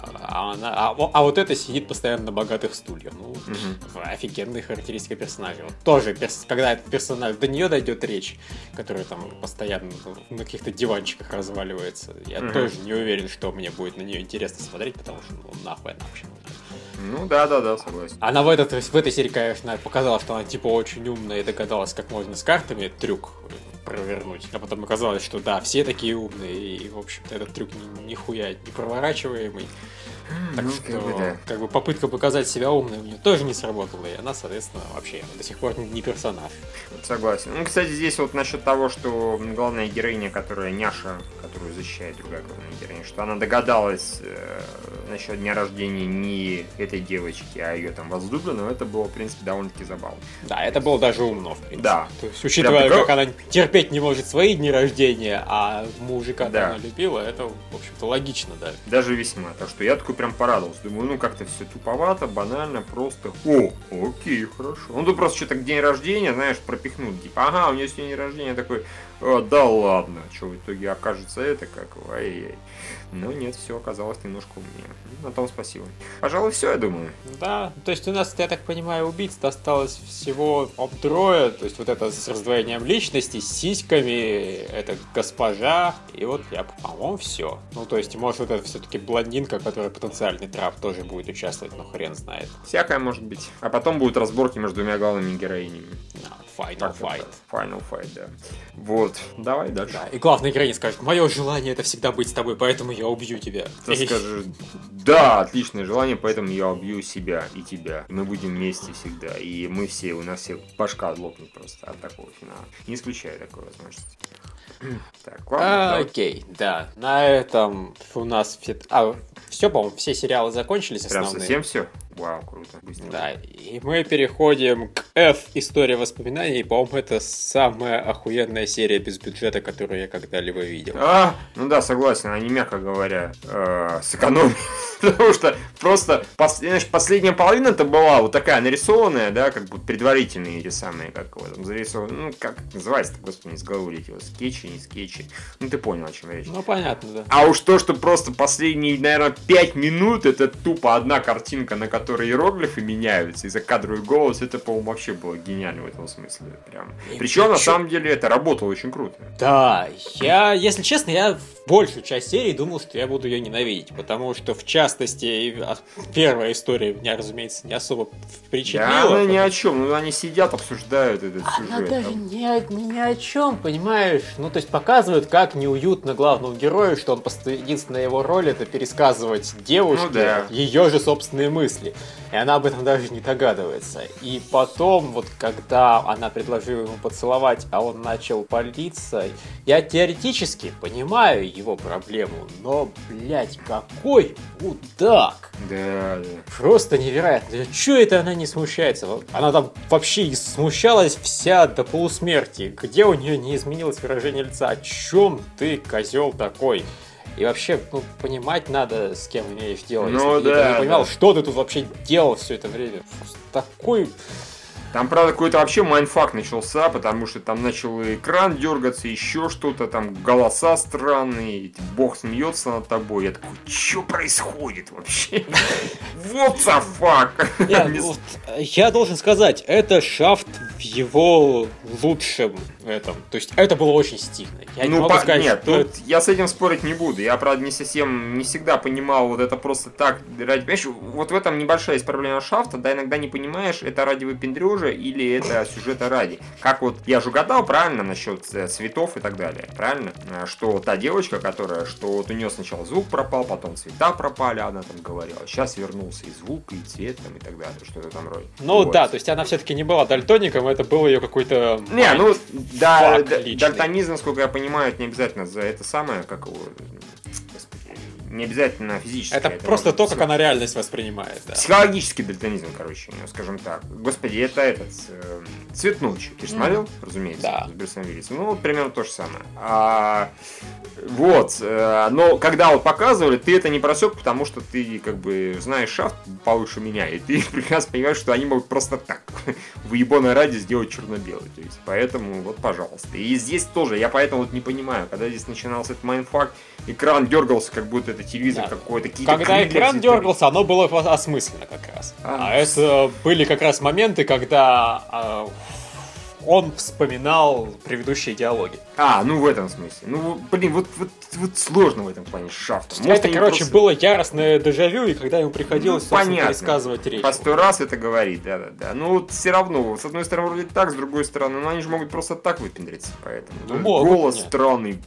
а вот это сидит постоянно на богатых стульях. Ну, офигенные характеристики персонажа. Вот тоже, когда этот персонаж, до нее дойдет речь, которая там постоянно на каких-то диванчиках разваливается, я тоже не уверен, что мне будет на нее интересно смотреть, потому что, ну, нахуй она вообще нужна. Ну да, согласен. Она в этой серии, конечно, показала, что она типа очень умная и догадалась, как можно с картами трюк провернуть. А потом оказалось, что да, все такие умные, и, в общем-то, этот трюк нихуя не проворачиваемый. Так ну, что, как бы попытка показать себя умной у нее тоже не сработала, и она, соответственно, вообще до сих пор не персонаж. Согласен. Ну, кстати, здесь вот насчет того, что главная героиня, которая няша, которую защищает другая главная героиня, что она догадалась насчет дня рождения не этой девочки, а ее там возлюбленного, это было, в принципе, довольно-таки забавно. Да, это было даже умно, в принципе. Да. То есть, учитывая, как она терпеть не может свои дни рождения, а мужика она любила, это, в общем-то, логично, да. Даже весьма. Так что я такой прям порадовался. Думаю, ну как-то все туповато, банально, просто. О, окей, хорошо. Он тут просто что-то к день рождения, знаешь, пропихнул. Типа, ага, у нее сегодня день рождения, такой, да ладно, что в итоге окажется это, как, ай-яй. Но нет, все оказалось немножко умнее. На том спасибо. Пожалуй, все, я думаю. Да, то есть у нас, я так понимаю, убийц осталось всего трое. То есть вот это с раздвоением личности, с сиськами, это госпожа. И вот я, по-моему, все. Ну, то есть, может, вот это все-таки блондинка, которая потенциальный трап, тоже будет участвовать, но хрен знает. Всякое может быть. А потом будут разборки между двумя главными героинями. Final Fight. Final Fight, да. Вот. Давай дальше. Да, и главная героиня скажет: мое желание это всегда быть с тобой, поэтому я убью тебя. Ты скажешь: да, отличное желание, поэтому я убью себя и тебя. Мы будем вместе всегда. И мы все, у нас все башка лопнет просто от такого финала. Не исключаю такой возможности. Так, ладно. Окей, да. На этом у нас все, по-моему, все сериалы закончились основные. Прям совсем все? Вау, круто. Быстрее. Да, и мы переходим к F, история воспоминаний. И, по-моему, это самая охуенная серия без бюджета, которую я когда-либо видел. Ну да, согласен, они, мягко говоря, сэкономили. Потому что просто последняя половина это была вот такая нарисованная, да, как бы предварительные эти самые, как его там зарисованы. Ну, как называется-то, господи, из головы летело. Скетчи, не скетчи. Ну, ты понял, о чем речь. Ну, понятно, да. А уж то, что просто последние, наверное, 5 минут, это тупо одна картинка, на которой иероглифы меняются, и закадровый голос, это, по-моему, вообще было гениально в этом смысле. Прям. Причем, на самом деле, это работало очень круто. Да, если честно, я в большую часть серии думал, что я буду ее ненавидеть, потому что, в частности, первая история меня, разумеется, не особо впечатлила. Да, она ни о чем, ну они сидят, обсуждают этот сюжет. Она даже ни о чем, понимаешь? Ну, то есть показывают, как неуютно главному герою, что он единственная его роль — это пересказывать девушке ее же собственные мысли. И она об этом даже не догадывается. И потом, вот когда она предложила ему поцеловать, а он начал палиться, я теоретически понимаю его проблему, но, блядь, какой мудак! Да. Просто невероятно. Чё это она не смущается? Она там вообще и смущалась вся до полусмерти. Где у нее не изменилось выражение лица? О чем ты, козел такой? И вообще, понимать надо, с кем имеешь дело. Ну, если ты не понимал, что ты тут вообще делал все это время. Просто такой... Там, правда, какой-то вообще майндфак начался, потому что там начал экран дергаться, еще что-то, там голоса странные, бог смеется над тобой. Я такой, что происходит вообще? What the fuck? Я должен сказать, это Шафт в его лучшем этом. То есть это было очень стильно. Я не могу сказать, нет, что я с этим спорить не буду. Я, правда, не всегда понимал вот это просто так. Понимаешь, вот в этом небольшая есть проблема Шафта, да, иногда не понимаешь, это ради выпендрежа или это сюжета ради. Как вот, я же угадал правильно насчет цветов и так далее, правильно? Что та девочка, которая, что вот у нее сначала звук пропал, потом цвета пропали, она там говорила, сейчас вернулся и звук, и цвет там и так далее, что-то там роде. Ну вот. Да, то есть она все-таки не была дальтоником, это был ее какой-то... Не, ну, да, дальтонизм, насколько я понимаю, это не обязательно за это самое, как его... Не обязательно физически. Это просто то, как она реальность воспринимает. Да. Психологический дальтонизм, короче, скажем так. Господи, это «Цвет ночи». Ты же смотрел, разумеется, да. С Брюсом Уиллисом. Ну, вот примерно то же самое. Но когда вот показывали, ты это не просек, потому что ты как бы знаешь Шафт получше меня, и ты прекрасно понимаешь, что они могут просто так в ебаной ради сделать черно-белый. То есть, поэтому вот, пожалуйста. И здесь тоже, я поэтому вот не понимаю, когда здесь начинался этот майндфак, экран дергался, как будто это телевизор какой-то. Когда экран дергался, оно было осмысленно как раз. А это были как раз моменты, когда он вспоминал предыдущие диалоги. Ну в этом смысле. Ну, блин, вот сложно в этом плане Шафт. Это, короче, было яростное дежавю, и когда ему приходилось пересказывать речь. По 100 раз это говорит, да. Ну, вот все равно, с одной стороны, вроде так, с другой стороны, но они же могут просто так выпендриться, поэтому. Голос странный.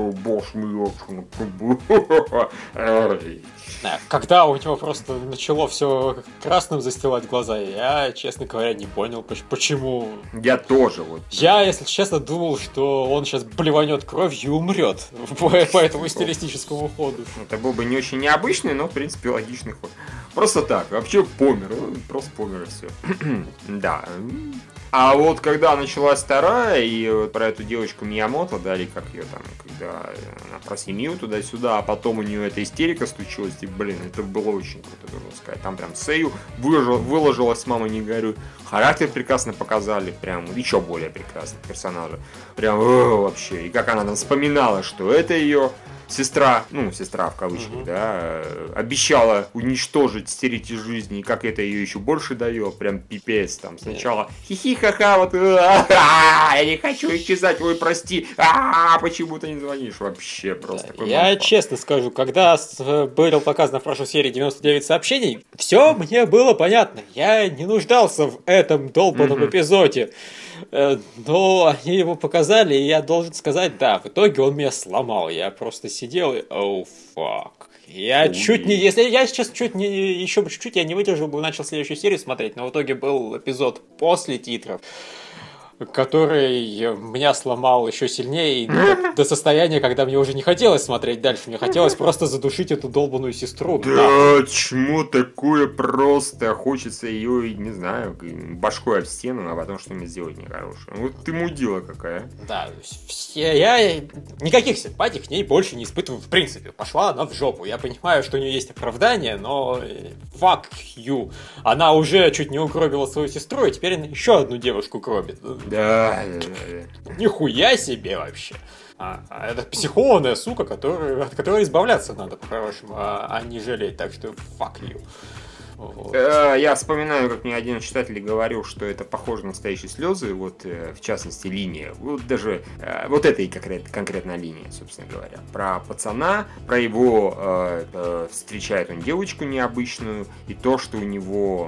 Когда у него просто начало все красным застилать глаза, я, честно говоря, не понял, почему. Я тоже вот. Я, если честно, думал, что он сейчас блеванет кровью и умрет по этому стилистическому ходу. Это был бы не очень необычный, но, в принципе, логичный ход. Просто так, вообще помер, просто помер и все. Да. А вот когда началась вторая, и вот про эту девочку Миямото, да, или как ее там, когда она про семью туда-сюда, а потом у нее эта истерика случилась, и, блин, это было очень круто, должен сказать. Там прям Сэю выложилась, мама, не горюй. Характер прекрасно показали, прям еще более прекрасный персонажа. Прям вообще. И как она там вспоминала, что это ее сестра, ну, сестра в кавычках, да, обещала уничтожить, стереть из жизни, и как это ее еще больше дает, прям пипец, там, сначала хихи-ха-ха, вот, я не хочу исчезать, ой, прости, почему ты не звонишь, вообще просто. Такой я честно скажу, когда было показано в прошлой серии 99 сообщений, все мне было понятно, я не нуждался в этом долбанном эпизоде. Но они его показали, и я должен сказать, да, в итоге он меня сломал. Я просто сидел и фак. Я чуть не, если я сейчас еще чуть-чуть, я не выдержал бы, начал следующую серию смотреть, но в итоге был эпизод после титров, который меня сломал еще сильнее до состояния, когда мне уже не хотелось смотреть дальше. Мне хотелось просто задушить эту долбаную сестру. Да, чему такое просто? Хочется ее, не знаю, башкой об стену, а потом что-нибудь сделать нехорошее. Вот ты мудила какая. Да, я никаких симпатий к ней больше не испытываю в принципе. Пошла она в жопу. Я понимаю, что у нее есть оправдание, но fuck you. Она уже чуть не угробила свою сестру, и теперь она еще одну девушку гробит. Да. Нихуя себе вообще. Это психованная сука, от которой избавляться надо по-хорошему, а не жалеть. Так что fuck you. Вот. Я вспоминаю, как мне один читатель говорил, что это похоже на настоящие слезы, вот в частности линия, вот даже вот этой конкретная линия, собственно говоря, про пацана, про его встречает он девочку необычную, и то, что у него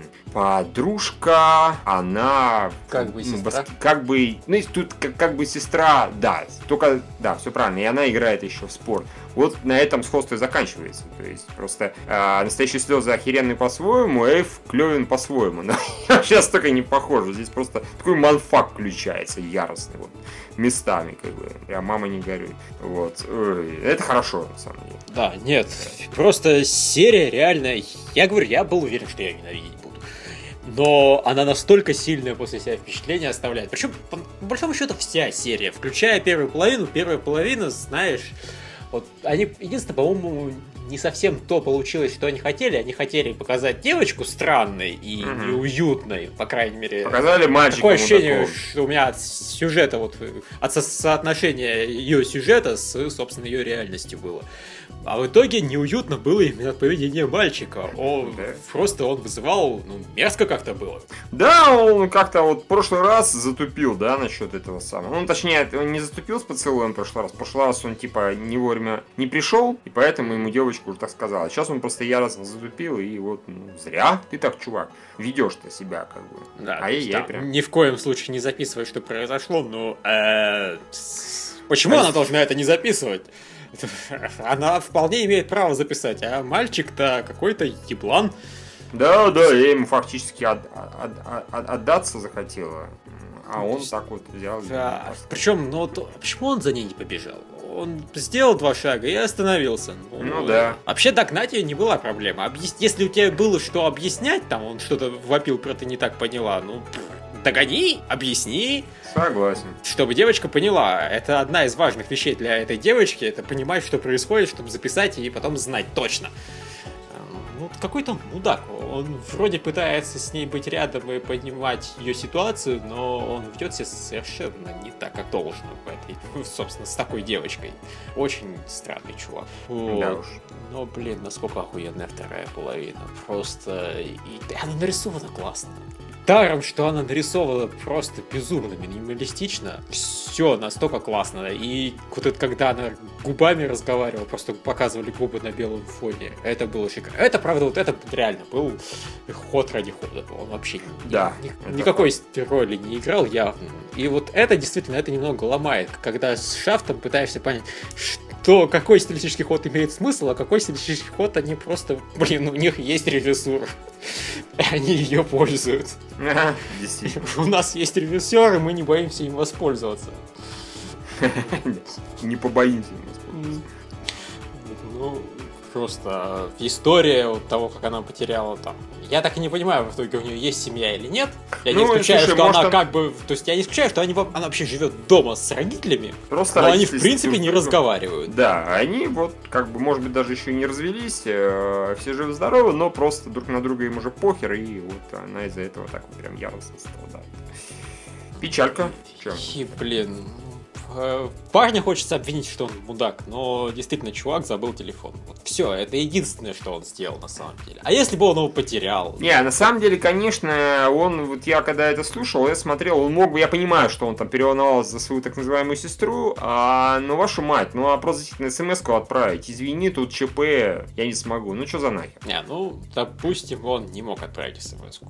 подружка, она как бы сестра, тут как бы сестра, да, только да, все правильно, и она играет еще в спорт. Вот на этом сходство и заканчивается. То есть просто настоящие слезы охеренные по-своему, Эйв клёвен по-своему. Но сейчас только не похоже. Здесь просто такой манфак включается яростный. Вот, местами, как бы. Прям мама не горюй. Вот. Это хорошо, на самом деле. Да, нет. Просто серия реально. Я говорю, я был уверен, что я ее ненавидеть буду. Но она настолько сильное после себя впечатление оставляет. Причем, по большому счету, вся серия, включая первую половину. Первая половина, знаешь. Вот они, единственное, по-моему, не совсем то получилось, что они хотели. Они хотели показать девочку странной и неуютной, по крайней мере. Показали мальчика. Такое ощущение, что у меня от сюжета, вот, от соотношения ее сюжета с, собственно, ее реальностью было. А в итоге неуютно было именно от поведения мальчика. Просто он вызывал, мерзко как-то было. Да, он как-то вот в прошлый раз затупил, да, насчет этого самого. Ну, точнее, он не затупил с поцелуем в прошлый раз. В прошлый раз он, типа, не вовремя не пришел, и поэтому ему девочка уже так сказала. Сейчас он просто яростно затупил, и вот, зря ты так, чувак, ведешь-то себя, как бы. Да, прям. Ни в коем случае не записывай, что произошло, но... Почему она должна это не записывать? Она вполне имеет право записать, а мальчик-то какой-то еблан. Да, я ему фактически отдаться захотела, а он так вот взял. Да. Причем, почему он за ней не побежал? Он сделал 2 шага и остановился. Да. Вообще догнать ее не была проблема. Если у тебя было что объяснять, там он что-то вопил, про ты не так поняла, догони, объясни. Согласен. Чтобы девочка поняла. Это одна из важных вещей для этой девочки. Это понимать, что происходит, чтобы записать и потом знать точно. Какой-то он мудак. Он вроде пытается с ней быть рядом и понимать ее ситуацию, но он ведет себя совершенно не так, как должно собственно, с такой девочкой. Очень странный чувак. Да уж. Но, блин, насколько охуенная вторая половина. Просто... И она нарисована классно. Даром, что она нарисована просто безумно минималистично. Все настолько классно. И вот это, когда она губами разговаривала, просто показывали губы на белом фоне. Это было шикарно. Это, правда, вот это реально был ход ради хода. Он вообще никакой роли не играл явно. И вот это действительно, это немного ломает. Когда с Шафтом пытаешься понять, что какой стилистический ход имеет смысл, а какой стилистический ход они просто... у них есть режиссура. И они ее пользуют. Действительно. У нас есть режиссеры, мы не боимся им воспользоваться. Не побоимся им воспользоваться. просто история вот того, как она потеряла там. Я так и не понимаю, в итоге у нее есть семья или нет. Я не исключаю, слушай, что она как бы... То есть я не исключаю, что она вообще живет дома с родителями, просто но они в принципе не разговаривают. Да, они вот как бы, может быть, даже еще и не развелись, все живы-здоровы, но просто друг на друга им уже похер, и вот она из-за этого так вот прям яростно страдает. Печалька. И, блин... Парня хочется обвинить, что он мудак, но действительно чувак забыл телефон. Вот все, это единственное, что он сделал на самом деле. А если бы он его потерял? Не, на самом деле, конечно, он, вот я когда это слушал, я смотрел, он мог бы, я понимаю, что он там переволновался за свою так называемую сестру, ну вашу мать, ну а просто действительно смс-ку отправить, извини, тут ЧП, я не смогу, ну что за нахер? Не, ну, допустим, он не мог отправить смс-ку.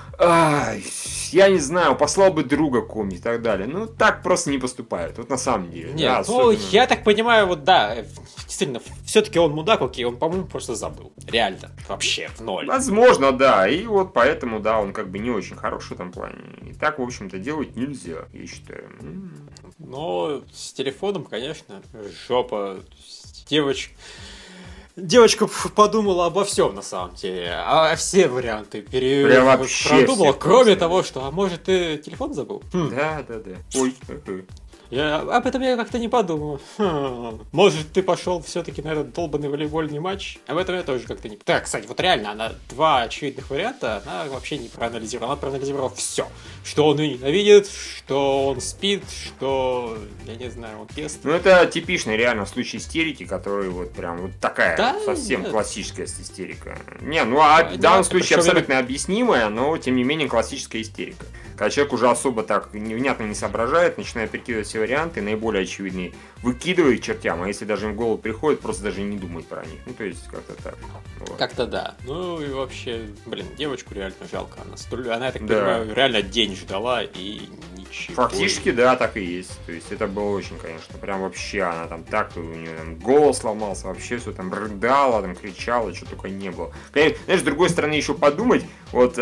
Я не знаю, послал бы друга кому-нибудь и так далее. Ну, так просто не поступают, вот на самом деле. Нет, да, ну, особенно... я так понимаю, вот да, действительно, все-таки он мудак, окей, он, по-моему, просто забыл. Реально, вообще, в ноль. Возможно, да, и вот поэтому, да, он как бы не очень хороший в этом плане. И так, в общем-то, делать нельзя, я считаю. Но с телефоном, конечно, жопа, Девочка подумала обо всем на самом деле, все варианты продумала, кроме того, что, а может ты телефон забыл? Да. Ой. Об этом я как-то не подумал. Может, ты пошел все-таки на этот долбанный волейбольный матч? Об этом я тоже как-то не... Так, кстати, вот реально, она два очевидных варианта, она вообще не проанализировала. Она проанализировала все. Что он ее ненавидит, что он спит, что, я не знаю, он ест. Ну, это типичный реально случай истерики, который вот прям вот такая, да, совсем классическая истерика. Не, ну, в данном случае абсолютно объяснимая, но, тем не менее, классическая истерика. Когда человек уже особо так невнятно не соображает, начинает прикидывать все варианты, наиболее очевидные, выкидывает к чертям, а если даже им в голову приходит, просто даже не думает про них. Ну, то есть, как-то так. Вот. Как-то да. Ну, и вообще, блин, девочку реально жалко. Она, я так понимаю, реально день ждала и ничего. Фактически, да, так и есть. То есть, это было очень, конечно, прям вообще, она там так, у нее там голос сломался, вообще все там рыдала, там кричала, что только не было. Конечно, знаешь, с другой стороны, еще подумать, вот...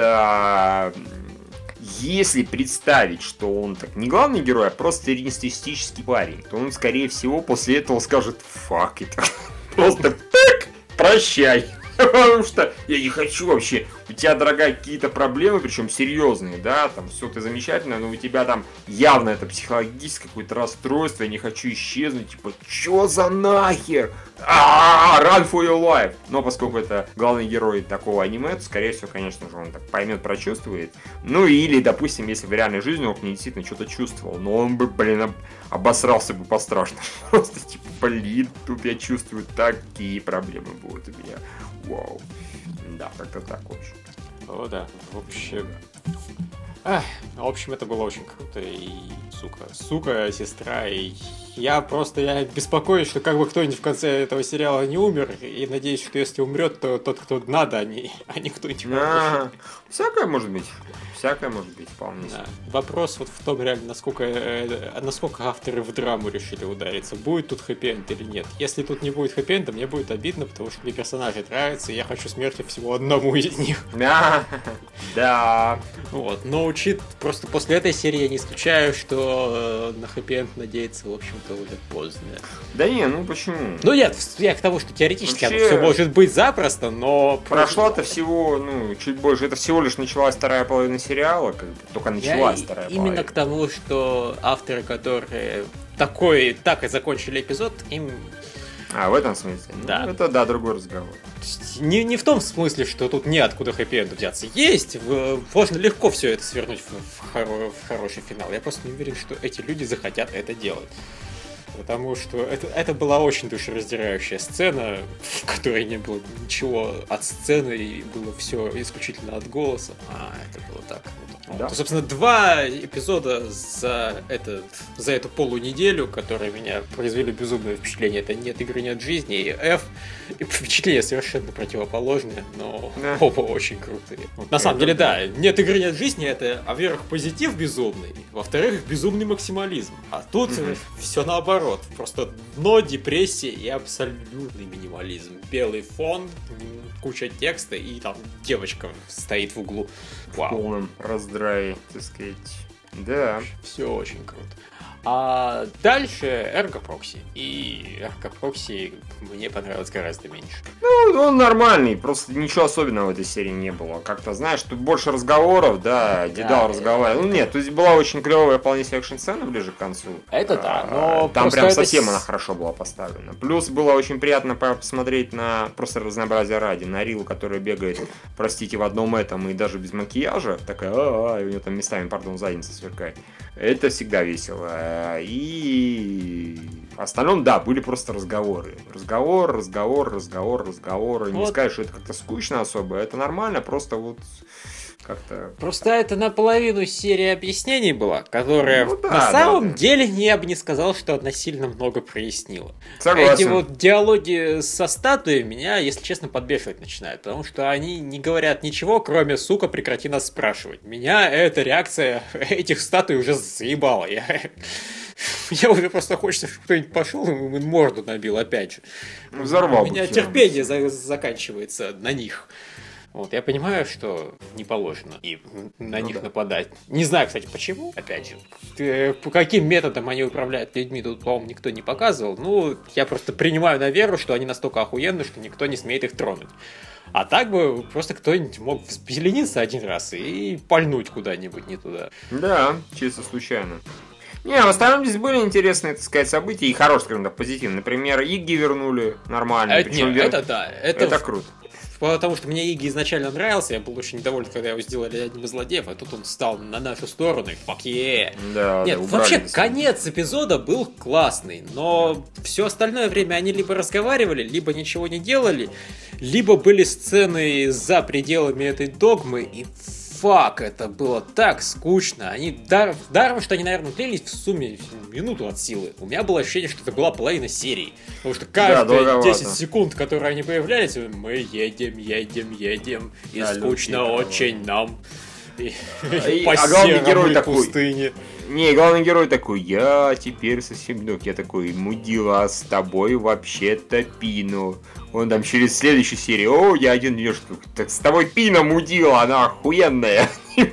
Если представить, что он так не главный герой, а просто среднестатистический парень, то он, скорее всего, после этого скажет «fuck it». Просто так, прощай. Потому что я не хочу вообще. У тебя, дорогая, какие-то проблемы, причем серьезные, да, там все ты замечательно, но у тебя там явно это психологическое какое-то расстройство, я не хочу исчезнуть, типа, чё за нахер? Run for your life. Но поскольку это главный герой такого аниме, то, скорее всего, конечно же, он так поймет, прочувствует. Ну или, допустим, если в реальной жизни он не действительно что-то чувствовал, но он бы, блин, обосрался бы по-страшному. Просто, типа, блин, тут я чувствую, такие проблемы будут у меня. Вау. Да, как-то так, в общем. О, да. В общем, это было очень круто. И, сука, сестра. И я беспокоюсь, что как бы кто-нибудь в конце этого сериала не умер. И надеюсь, что если умрет, то тот, кто надо, а не кто-нибудь. Всякое может быть. Вполне. Да. Вопрос вот в том, реально, насколько авторы в драму решили удариться. Будет тут хэппи-энд или нет. Если тут не будет хэппи-энда, мне будет обидно, потому что мне персонажи нравятся, и я хочу смерти всего одному из них. Да. Вот. Но просто после этой серии я не исключаю, что на хэппи-энд надеяться, в общем-то, уже поздно. Да не, ну почему? Ну нет, я к тому, что теоретически вообще... все может быть запросто, но... Прошло-то всего, чуть больше. Это всего лишь началась вторая половина сериала, как бы, только началась вторая половина. Именно к тому, что авторы, которые так и закончили эпизод, им... В этом смысле? Да. Это, да, другой разговор. Не в том смысле, что тут неоткуда хэппи-энду взяться. Есть, можно легко все это свернуть в хороший финал. Я просто не уверен, что эти люди захотят это делать. Потому что это была очень душераздирающая сцена, в которой не было ничего от сцены, и было все исключительно от голоса. Это было так круто. Да. Собственно, 2 эпизода за эту полунеделю, которые меня произвели безумное впечатление. Это «Нет игры, нет жизни» и «F». И впечатления совершенно противоположные, но оба очень крутые. На самом деле, да, «Нет игры, нет жизни» — это, во-первых, позитив безумный, во-вторых, безумный максимализм. А тут все наоборот. Просто дно, депрессия и абсолютный минимализм. Белый фон, куча текста и там девочка стоит в углу. В полном раздрае, так сказать. Да. Все очень круто. А дальше Ergo Proxy. И Ergo Proxy мне понравилось гораздо меньше. Ну, он нормальный, просто ничего особенного в этой серии не было. Как-то, знаешь, тут больше разговоров, да, Дедал разговаривал. Ну нет, то есть была очень клевая вполне себе экшн-сцена ближе к концу. Это да, но там прям совсем она хорошо была поставлена. Плюс было очень приятно посмотреть на, просто разнообразие ради, на Рилу, которая бегает, простите, в одном этом и даже без макияжа. Такая, и у нее там местами, пардон, задница сверкает. Это всегда весело. И в остальном, да, были просто разговоры. Разговор. Не Вот. скажешь, что это как-то скучно особо. Это нормально, просто вот как-то... Просто это наполовину серия объяснений была, которая Ну да, на самом да. деле я бы не сказал, что она сильно много прояснила. Согласен. Эти вот диалоги со статуей меня, если честно, подбешивать начинают, потому что они не говорят ничего, кроме «сука, прекрати нас спрашивать». Меня эта реакция этих статуй уже заебала. Я уже просто хочется, чтобы кто-нибудь пошел и морду набил опять же. Взорвал. У меня терпение заканчивается на них. Вот, я понимаю, что не положено и на них нападать. Не знаю, кстати, почему, опять же. По каким методам они управляют людьми, тут, по-моему, никто не показывал. Ну, я просто принимаю на веру, что они настолько охуенны, что никто не смеет их тронуть. А так бы просто кто-нибудь мог взбелениться один раз и пальнуть куда-нибудь не туда. Да, чисто случайно. Не, в остальном здесь были интересные, так сказать, события и хорошие, скажем так, позитивные. Например, Игги вернули нормально. Это да. Это круто. Потому что мне Игги изначально нравился, я был очень доволен, когда его сделали одним из злодеев, а тут он встал на нашу сторону, и fuck yeah. Да, нет, да, вообще, убрали, конец эпизода был классный, но все остальное время они либо разговаривали, либо ничего не делали, либо были сцены за пределами этой догмы, и фак, это было так скучно. Они даром, что они, наверное, длились в сумме минуту от силы. У меня было ощущение, что это была половина серии. Потому что каждые 10 секунд, которые они появлялись, мы едем, и да, скучно очень нам. А главный герой такой... Пустыне. Не, главный герой такой, я теперь совсем друг. Я такой, мудила, с тобой вообще-то пину. Он там через следующую серию, я один идешь, так с тобой пина мудила, она охуенная.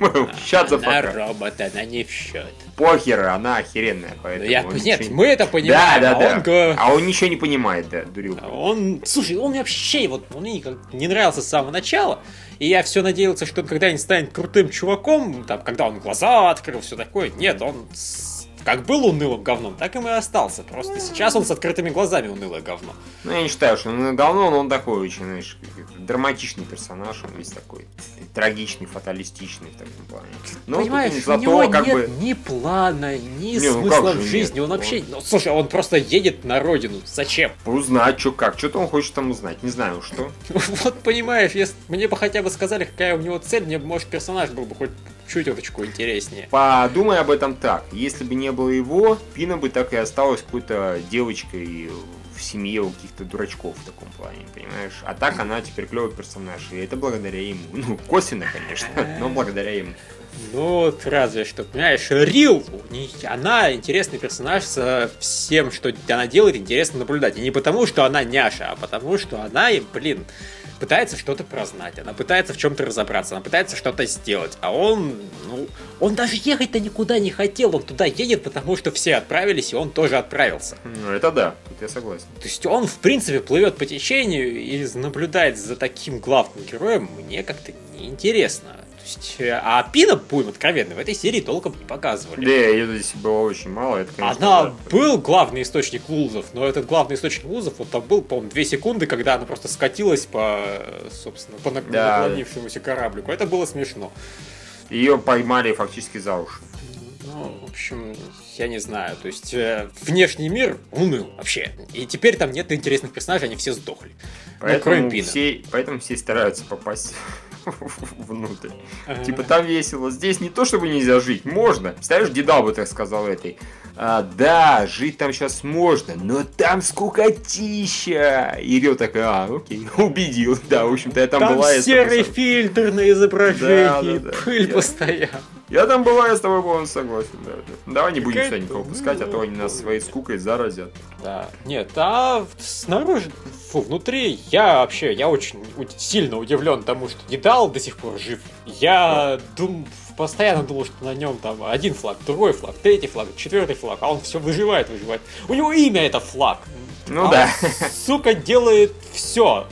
Она робот, она не в счет. Похер, она охеренная, поэтому... Нет, мы это понимаем, да. А он ничего не понимает, да, дурил. Слушай, он мне вообще он мне не нравился с самого начала. И я все надеялся, что он когда-нибудь станет крутым чуваком, там, когда он глаза открыл, все такое. Нет, он как был унылым говном, так и остался. Просто сейчас он с открытыми глазами унылое говно. Ну, я не считаю, что он говно, но он такой очень, знаешь, драматичный персонаж, он весь такой трагичный, фаталистичный в таком плане. Но понимаешь, у него нет ни плана, ни смысла в жизни. Он вообще... Ну, слушай, он просто едет на родину. Зачем? Узнать, что как. Что-то он хочет там узнать. Не знаю, что. Вот понимаешь, если мне бы хотя бы сказали, какая у него цель, мне бы, может, персонаж был бы хоть чуточку интереснее. Подумай об этом так. Если бы не было его, Пина бы так и осталась какой-то девочкой в семье у каких-то дурачков в таком плане, понимаешь? А так она теперь клевый персонаж. И это благодаря ему. Ну, косвенно, конечно, но благодаря ему. Ну, разве что, понимаешь, Рил, она интересный персонаж со всем, что она делает, интересно наблюдать. И не потому, что она няша, а потому, что она, пытается что-то прознать, она пытается в чем-то разобраться, она пытается что-то сделать, а он даже ехать-то никуда не хотел, он туда едет, потому что все отправились, и он тоже отправился. Ну, это да, тут я согласен. То есть он, в принципе, плывет по течению и наблюдать за таким главным героем мне как-то неинтересно. А Пина, будем откровенны, в этой серии толком не показывали. Да, ее здесь было очень мало. Это, конечно, она был главный источник лузов, но этот главный источник лузов, вот там был, по-моему, 2 секунды, когда она просто скатилась по наклонившемуся кораблику. Это было смешно. Ее поймали фактически за уши. Ну, в общем, я не знаю. То есть, внешний мир уныл вообще. И теперь там нет интересных персонажей, они все сдохли. Поэтому все стараются попасть внутрь. Типа там весело. Здесь не то, чтобы нельзя жить. Можно. Представляешь, Дедал бы так сказал этой. Да, жить там сейчас можно, но там скукотища. И Рил такая, окей, убедил. Да, в общем-то, я там была. Там серый фильтр на изображении, пыль постоянно. Я там бываю, с тобой полностью согласен, да. Давай не будем сюда никого пускать, а то они нас своей скукой заразят. Да. Нет, а снаружи, внутри я очень сильно удивлен тому, что Дедал до сих пор жив. Я постоянно думал, что на нем там один флаг, другой флаг, третий флаг, четвертый флаг, а он все выживает. У него имя это флаг. Ну да. Сука, делает все.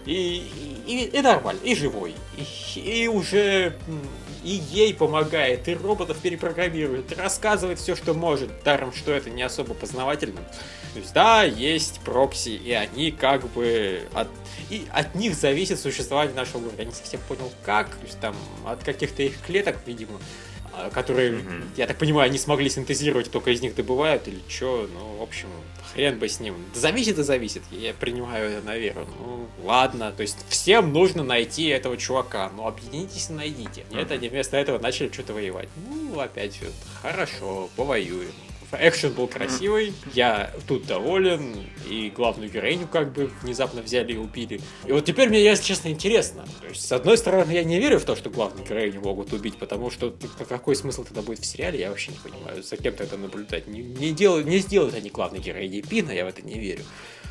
И нормально, и живой. И уже и ей помогает, и роботов перепрограммирует, и рассказывает все, что может, даром, что это не особо познавательно. То есть, да, есть прокси, и они как бы от них зависит существование нашего города. Я не совсем понял, как, то есть там от каких-то их клеток, видимо, которые, я так понимаю, они смогли синтезировать, только из них добывают или что, ну, в общем, хрен бы с ним. Зависит и зависит, я принимаю это на веру. Ну, ладно, то есть всем нужно найти этого чувака, ну, объединитесь и найдите. Нет, они вместо этого начали что-то воевать. Ну, опять вот, хорошо, повоюем. Экшен был красивый, я тут доволен, и главную героиню как бы внезапно взяли и убили. И вот теперь мне, если честно, интересно. То есть, с одной стороны, я не верю в то, что главную героиню могут убить, потому что какой смысл тогда будет в сериале, я вообще не понимаю. За кем-то это наблюдать. Не сделают они главной героиней Пина, я в это не верю.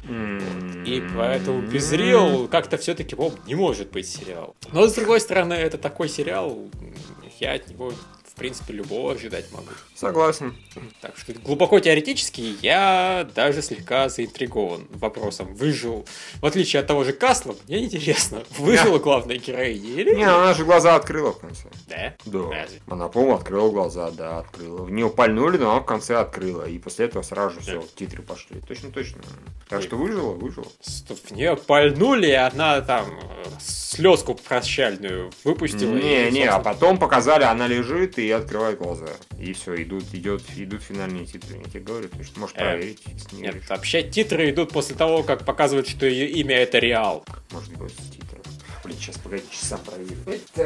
И поэтому без Рио как-то все-таки не может быть сериал. Но с другой стороны, это такой сериал, я от него в принципе любого ожидать могу. Согласен. Так что глубоко теоретически я даже слегка заинтригован вопросом, выжил, в отличие от того же Касла, мне интересно, выжила главная героиня или нет? Не, она же глаза открыла в конце. Да? Да. Разве? Она, по-моему, открыла глаза, да, открыла. В нее пальнули, но она в конце открыла. И после этого сразу же все, титры пошли. Точно. Так что выжила. В нее пальнули, и она там слезку прощальную выпустила. А потом показали, она лежит и открывает глаза. И все, идут финальные титры. Я тебе говорю, то есть можешь проверить. Нет, вообще титры идут после того, как показывают, что ее имя это Реал. Может быть, титры. Блин, сейчас, погоди, сам проверю.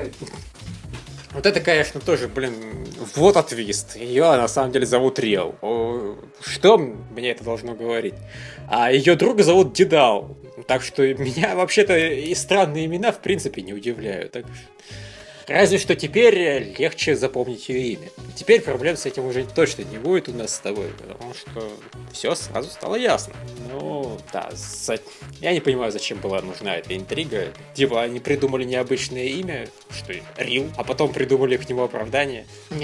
Вот это, конечно, тоже, вот отвист. Ее на самом деле зовут Реал. Что мне это должно говорить? А ее друга зовут Дедал. Так что меня вообще-то и странные имена в принципе не удивляют. Так... Разве что теперь легче запомнить ее имя. Теперь проблем с этим уже точно не будет у нас с тобой, потому что все сразу стало ясно. Ну, да, я не понимаю, зачем была нужна эта интрига. Типа, они придумали необычное имя, что Рил, а потом придумали к нему оправдание.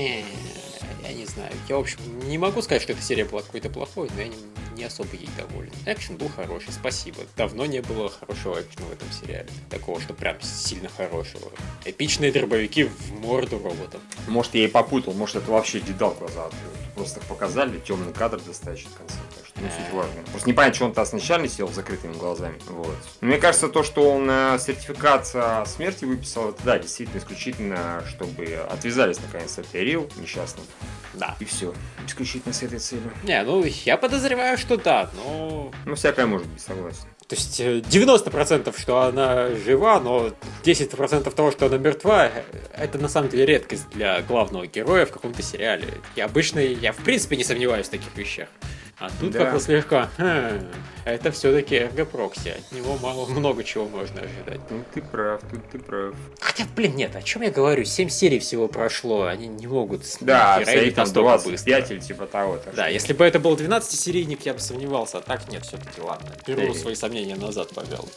Я не знаю. Я, в общем, не могу сказать, что эта серия была какой-то плохой, но я не особо ей доволен. Экшен был хороший, спасибо. Давно не было хорошего экшена в этом сериале. Такого, что прям сильно хорошего. Эпичные дробовики в морду роботам. Может, я и попутал, может, это вообще Дедал глаза открыл. Просто показали, темный кадр достаточно в конце. Так что не суть важно. Просто непонятно, что он-то изначально сидел с закрытыми глазами. Вот. Мне кажется, то, что он сертификат смерти выписал, это да, действительно исключительно, чтобы отвязались наконец от Рил несчастным. Да. И все. Исключительно с этой целью. Не, я подозреваю, что да, но... Ну, всякое может быть, согласен. То есть 90% что она жива, но 10% того, что она мертва, это на самом деле редкость для главного героя в каком-то сериале. Я в принципе не сомневаюсь в таких вещах. А тут как-то слегка, это все-таки эргопрокси, от него много чего можно ожидать. Тут ты прав. Хотя, нет, о чем я говорю, 7 серий всего прошло, они не могут... Да, серий там 25 или типа того. Да, если бы это был 12-серийник, я бы сомневался, а так нет, все-таки ладно. Беру свои сомнения назад, пожалуй.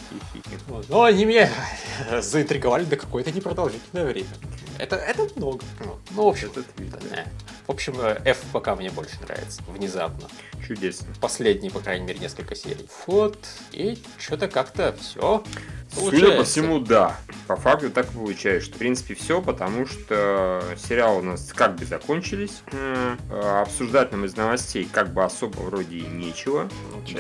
Но они меня заинтриговали до какое-то непродолжительное время. Это много. Ну, в общем, в общем, F пока мне больше нравится. Внезапно. Чудесно. Последние, по крайней мере, несколько серий. Вот. И что-то как-то все. Судя по всему, да. По факту так получается, что в принципе все, потому что сериалы у нас как бы закончились. Обсуждать нам из новостей как бы особо вроде и нечего.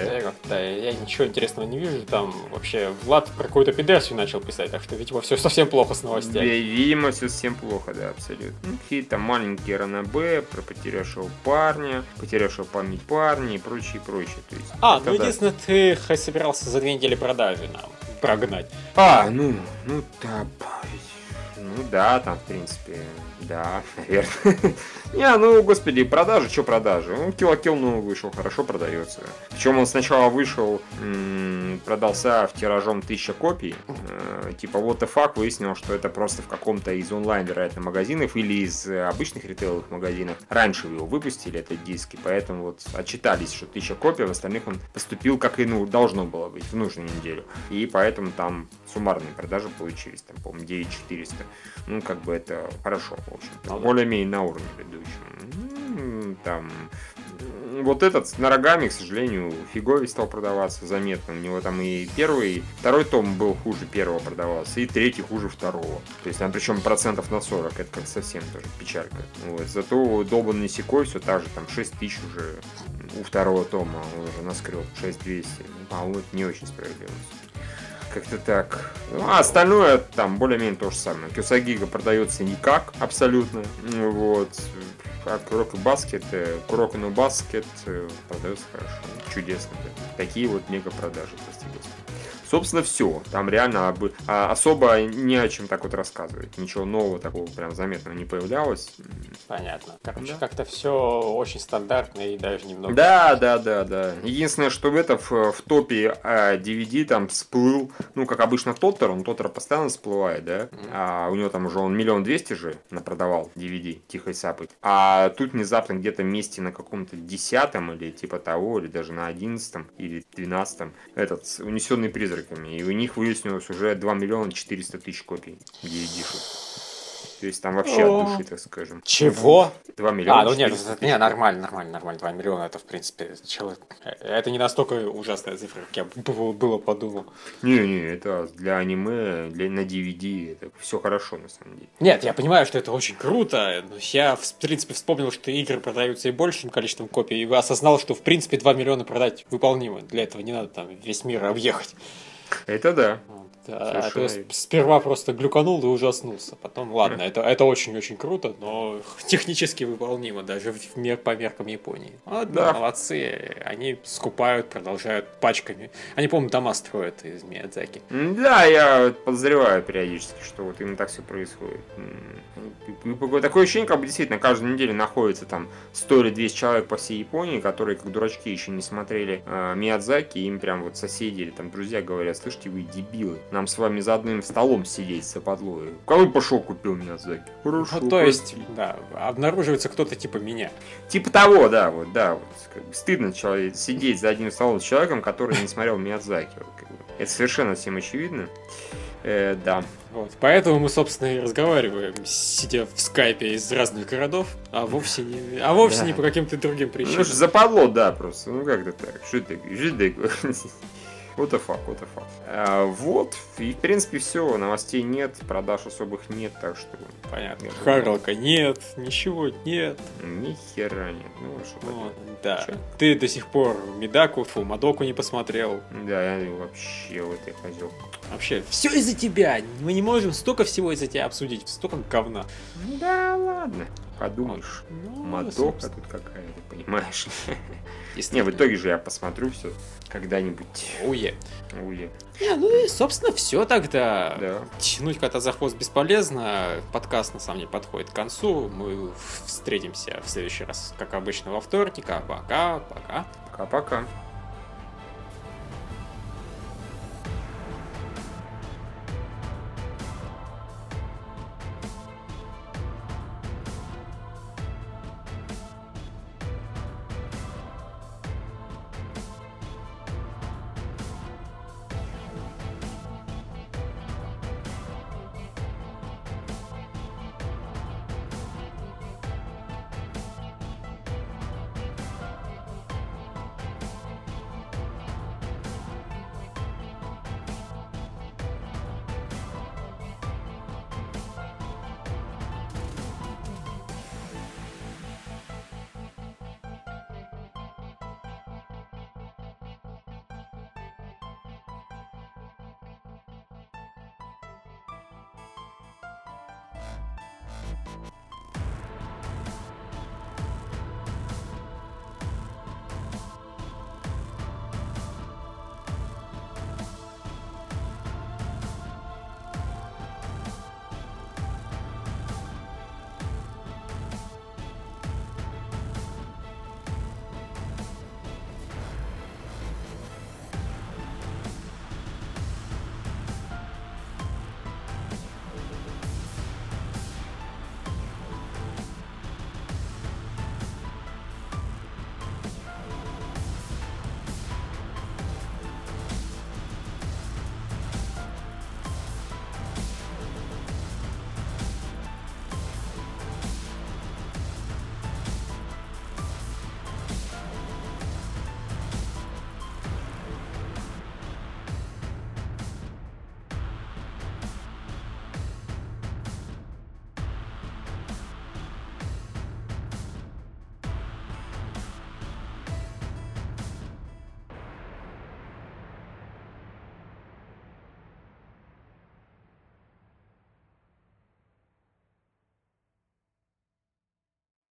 Я ничего интересного не вижу. Там вообще Влад про какую-то педерсию начал писать, так что, видимо, все совсем плохо с новостями. Видимо, все совсем плохо, да, абсолютно. Какие-то маленькие ранобэ про потерявшего парня, потерявшего память парня и прочее. То есть, единственное, ты собирался за 2 недели продажи нам прогнать. Да. Ну да, там, в принципе, да, наверное. Не, ну, господи, продажи, что продажи? Ну, Kill la Kill, ну, вышел, хорошо продается. Причем он сначала вышел, продался в тиражом 1000 копий. Типа, what the fuck, выяснил, что это просто в каком-то из онлайн, вероятно, магазинов или из обычных ритейловых магазинов. Раньше его выпустили, этот диск, и поэтому вот отчитались, что 1000 копий, в остальных он поступил, как и, ну, должно было быть, в нужную неделю. И поэтому там суммарные продажи получились, там, по-моему, 9400. Ну, как бы это хорошо, в общем. Более-менее на уровне предыдущем. Там... Вот этот на Рогами, к сожалению, фиговей стал продаваться заметно. У него там и второй том был хуже первого продавался, и третий хуже второго. То есть там причем процентов на 40, это как совсем тоже печалька. Вот. Зато долбанный Секой все так же, там 6000 уже у второго тома он уже наскреб, 6200. А вот не очень справедливо. Как-то так. Ну, а остальное там более-менее то же самое. Кюсагига продается никак, абсолютно. Вот. А Куроко Баскет продается хорошо. Чудесно. Такие вот мега продажи, прости господи. Собственно, все. Там реально особо не о чем так вот рассказывать. Ничего нового такого прям заметного не появлялось. Понятно. Короче, как-то все очень стандартно и даже немного... Да. Единственное, что в топе DVD там всплыл, ну, как обычно, Тоттер постоянно всплывает, да? А у него там уже он 1 200 000 же напродавал DVD тихой сапой. А тут внезапно где-то месте на каком-то 10-м или типа того, или даже на 11-м или 12-м этот «Унесенный призраками». И у них выяснилось уже 2 400 000 копий DVD-шек. То есть там вообще от души, так скажем. Чего? 2 миллиона. Ну нет, нормально. 2 миллиона, это в принципе... Это не настолько ужасная цифра, как я было подумал. Не, это для аниме, на DVD, это все хорошо на самом деле. Нет, я понимаю, что это очень круто, но я в принципе вспомнил, что игры продаются и большим количеством копий, и осознал, что в принципе 2 миллиона продать выполнимо. Для этого не надо там весь мир объехать. Это да. Да, то есть сперва просто глюканул и ужаснулся. Потом, ладно, это очень-очень круто, но технически выполнимо, даже по меркам Японии. Да. Молодцы, они скупают, продолжают пачками. Они, по-моему, дома строят из Миядзаки. Да, я подозреваю периодически, что вот именно так все происходит. Такое ощущение, как бы действительно каждую неделю находится там 100 или 200 человек по всей Японии, которые, как дурачки, еще не смотрели Миядзаки, им прям вот соседи или там друзья говорят: слышите, вы дебилы, нам с вами за одним столом сидеть с западло. Кого пошел купил Миядзаки? Хорошо. Ну, то есть, да, обнаруживается кто-то типа меня. Типа того, да, вот, как бы стыдно сидеть за одним столом с человеком, который не смотрел Миядзаки. Это совершенно всем очевидно. Да. Вот, поэтому мы, собственно, и разговариваем, сидя в скайпе из разных городов, а вовсе не по каким-то другим причинам. Ну, западло, да, просто. Ну, как-то так. Что ты говоришь? What the fuck. Вот, и в принципе все, новостей нет, продаж особых нет, так что... Понятно. Харлока нет, ничего нет. Ни хера нет. Ну, что да. Ты до сих пор Мадоку не посмотрел. Да, я вообще в этой козел. Вообще, все из-за тебя. Мы не можем столько всего из-за тебя обсудить, столько говна. Да ладно. Подумаешь, Мадока тут какая-то, понимаешь? Не, в итоге же я посмотрю все когда-нибудь. Уе. Ну и, собственно, все тогда. Да. Тянуть кота за хвост бесполезно. Подкаст, на самом деле, подходит к концу. Мы встретимся в следующий раз, как обычно, во вторник. А пока. Пока-пока.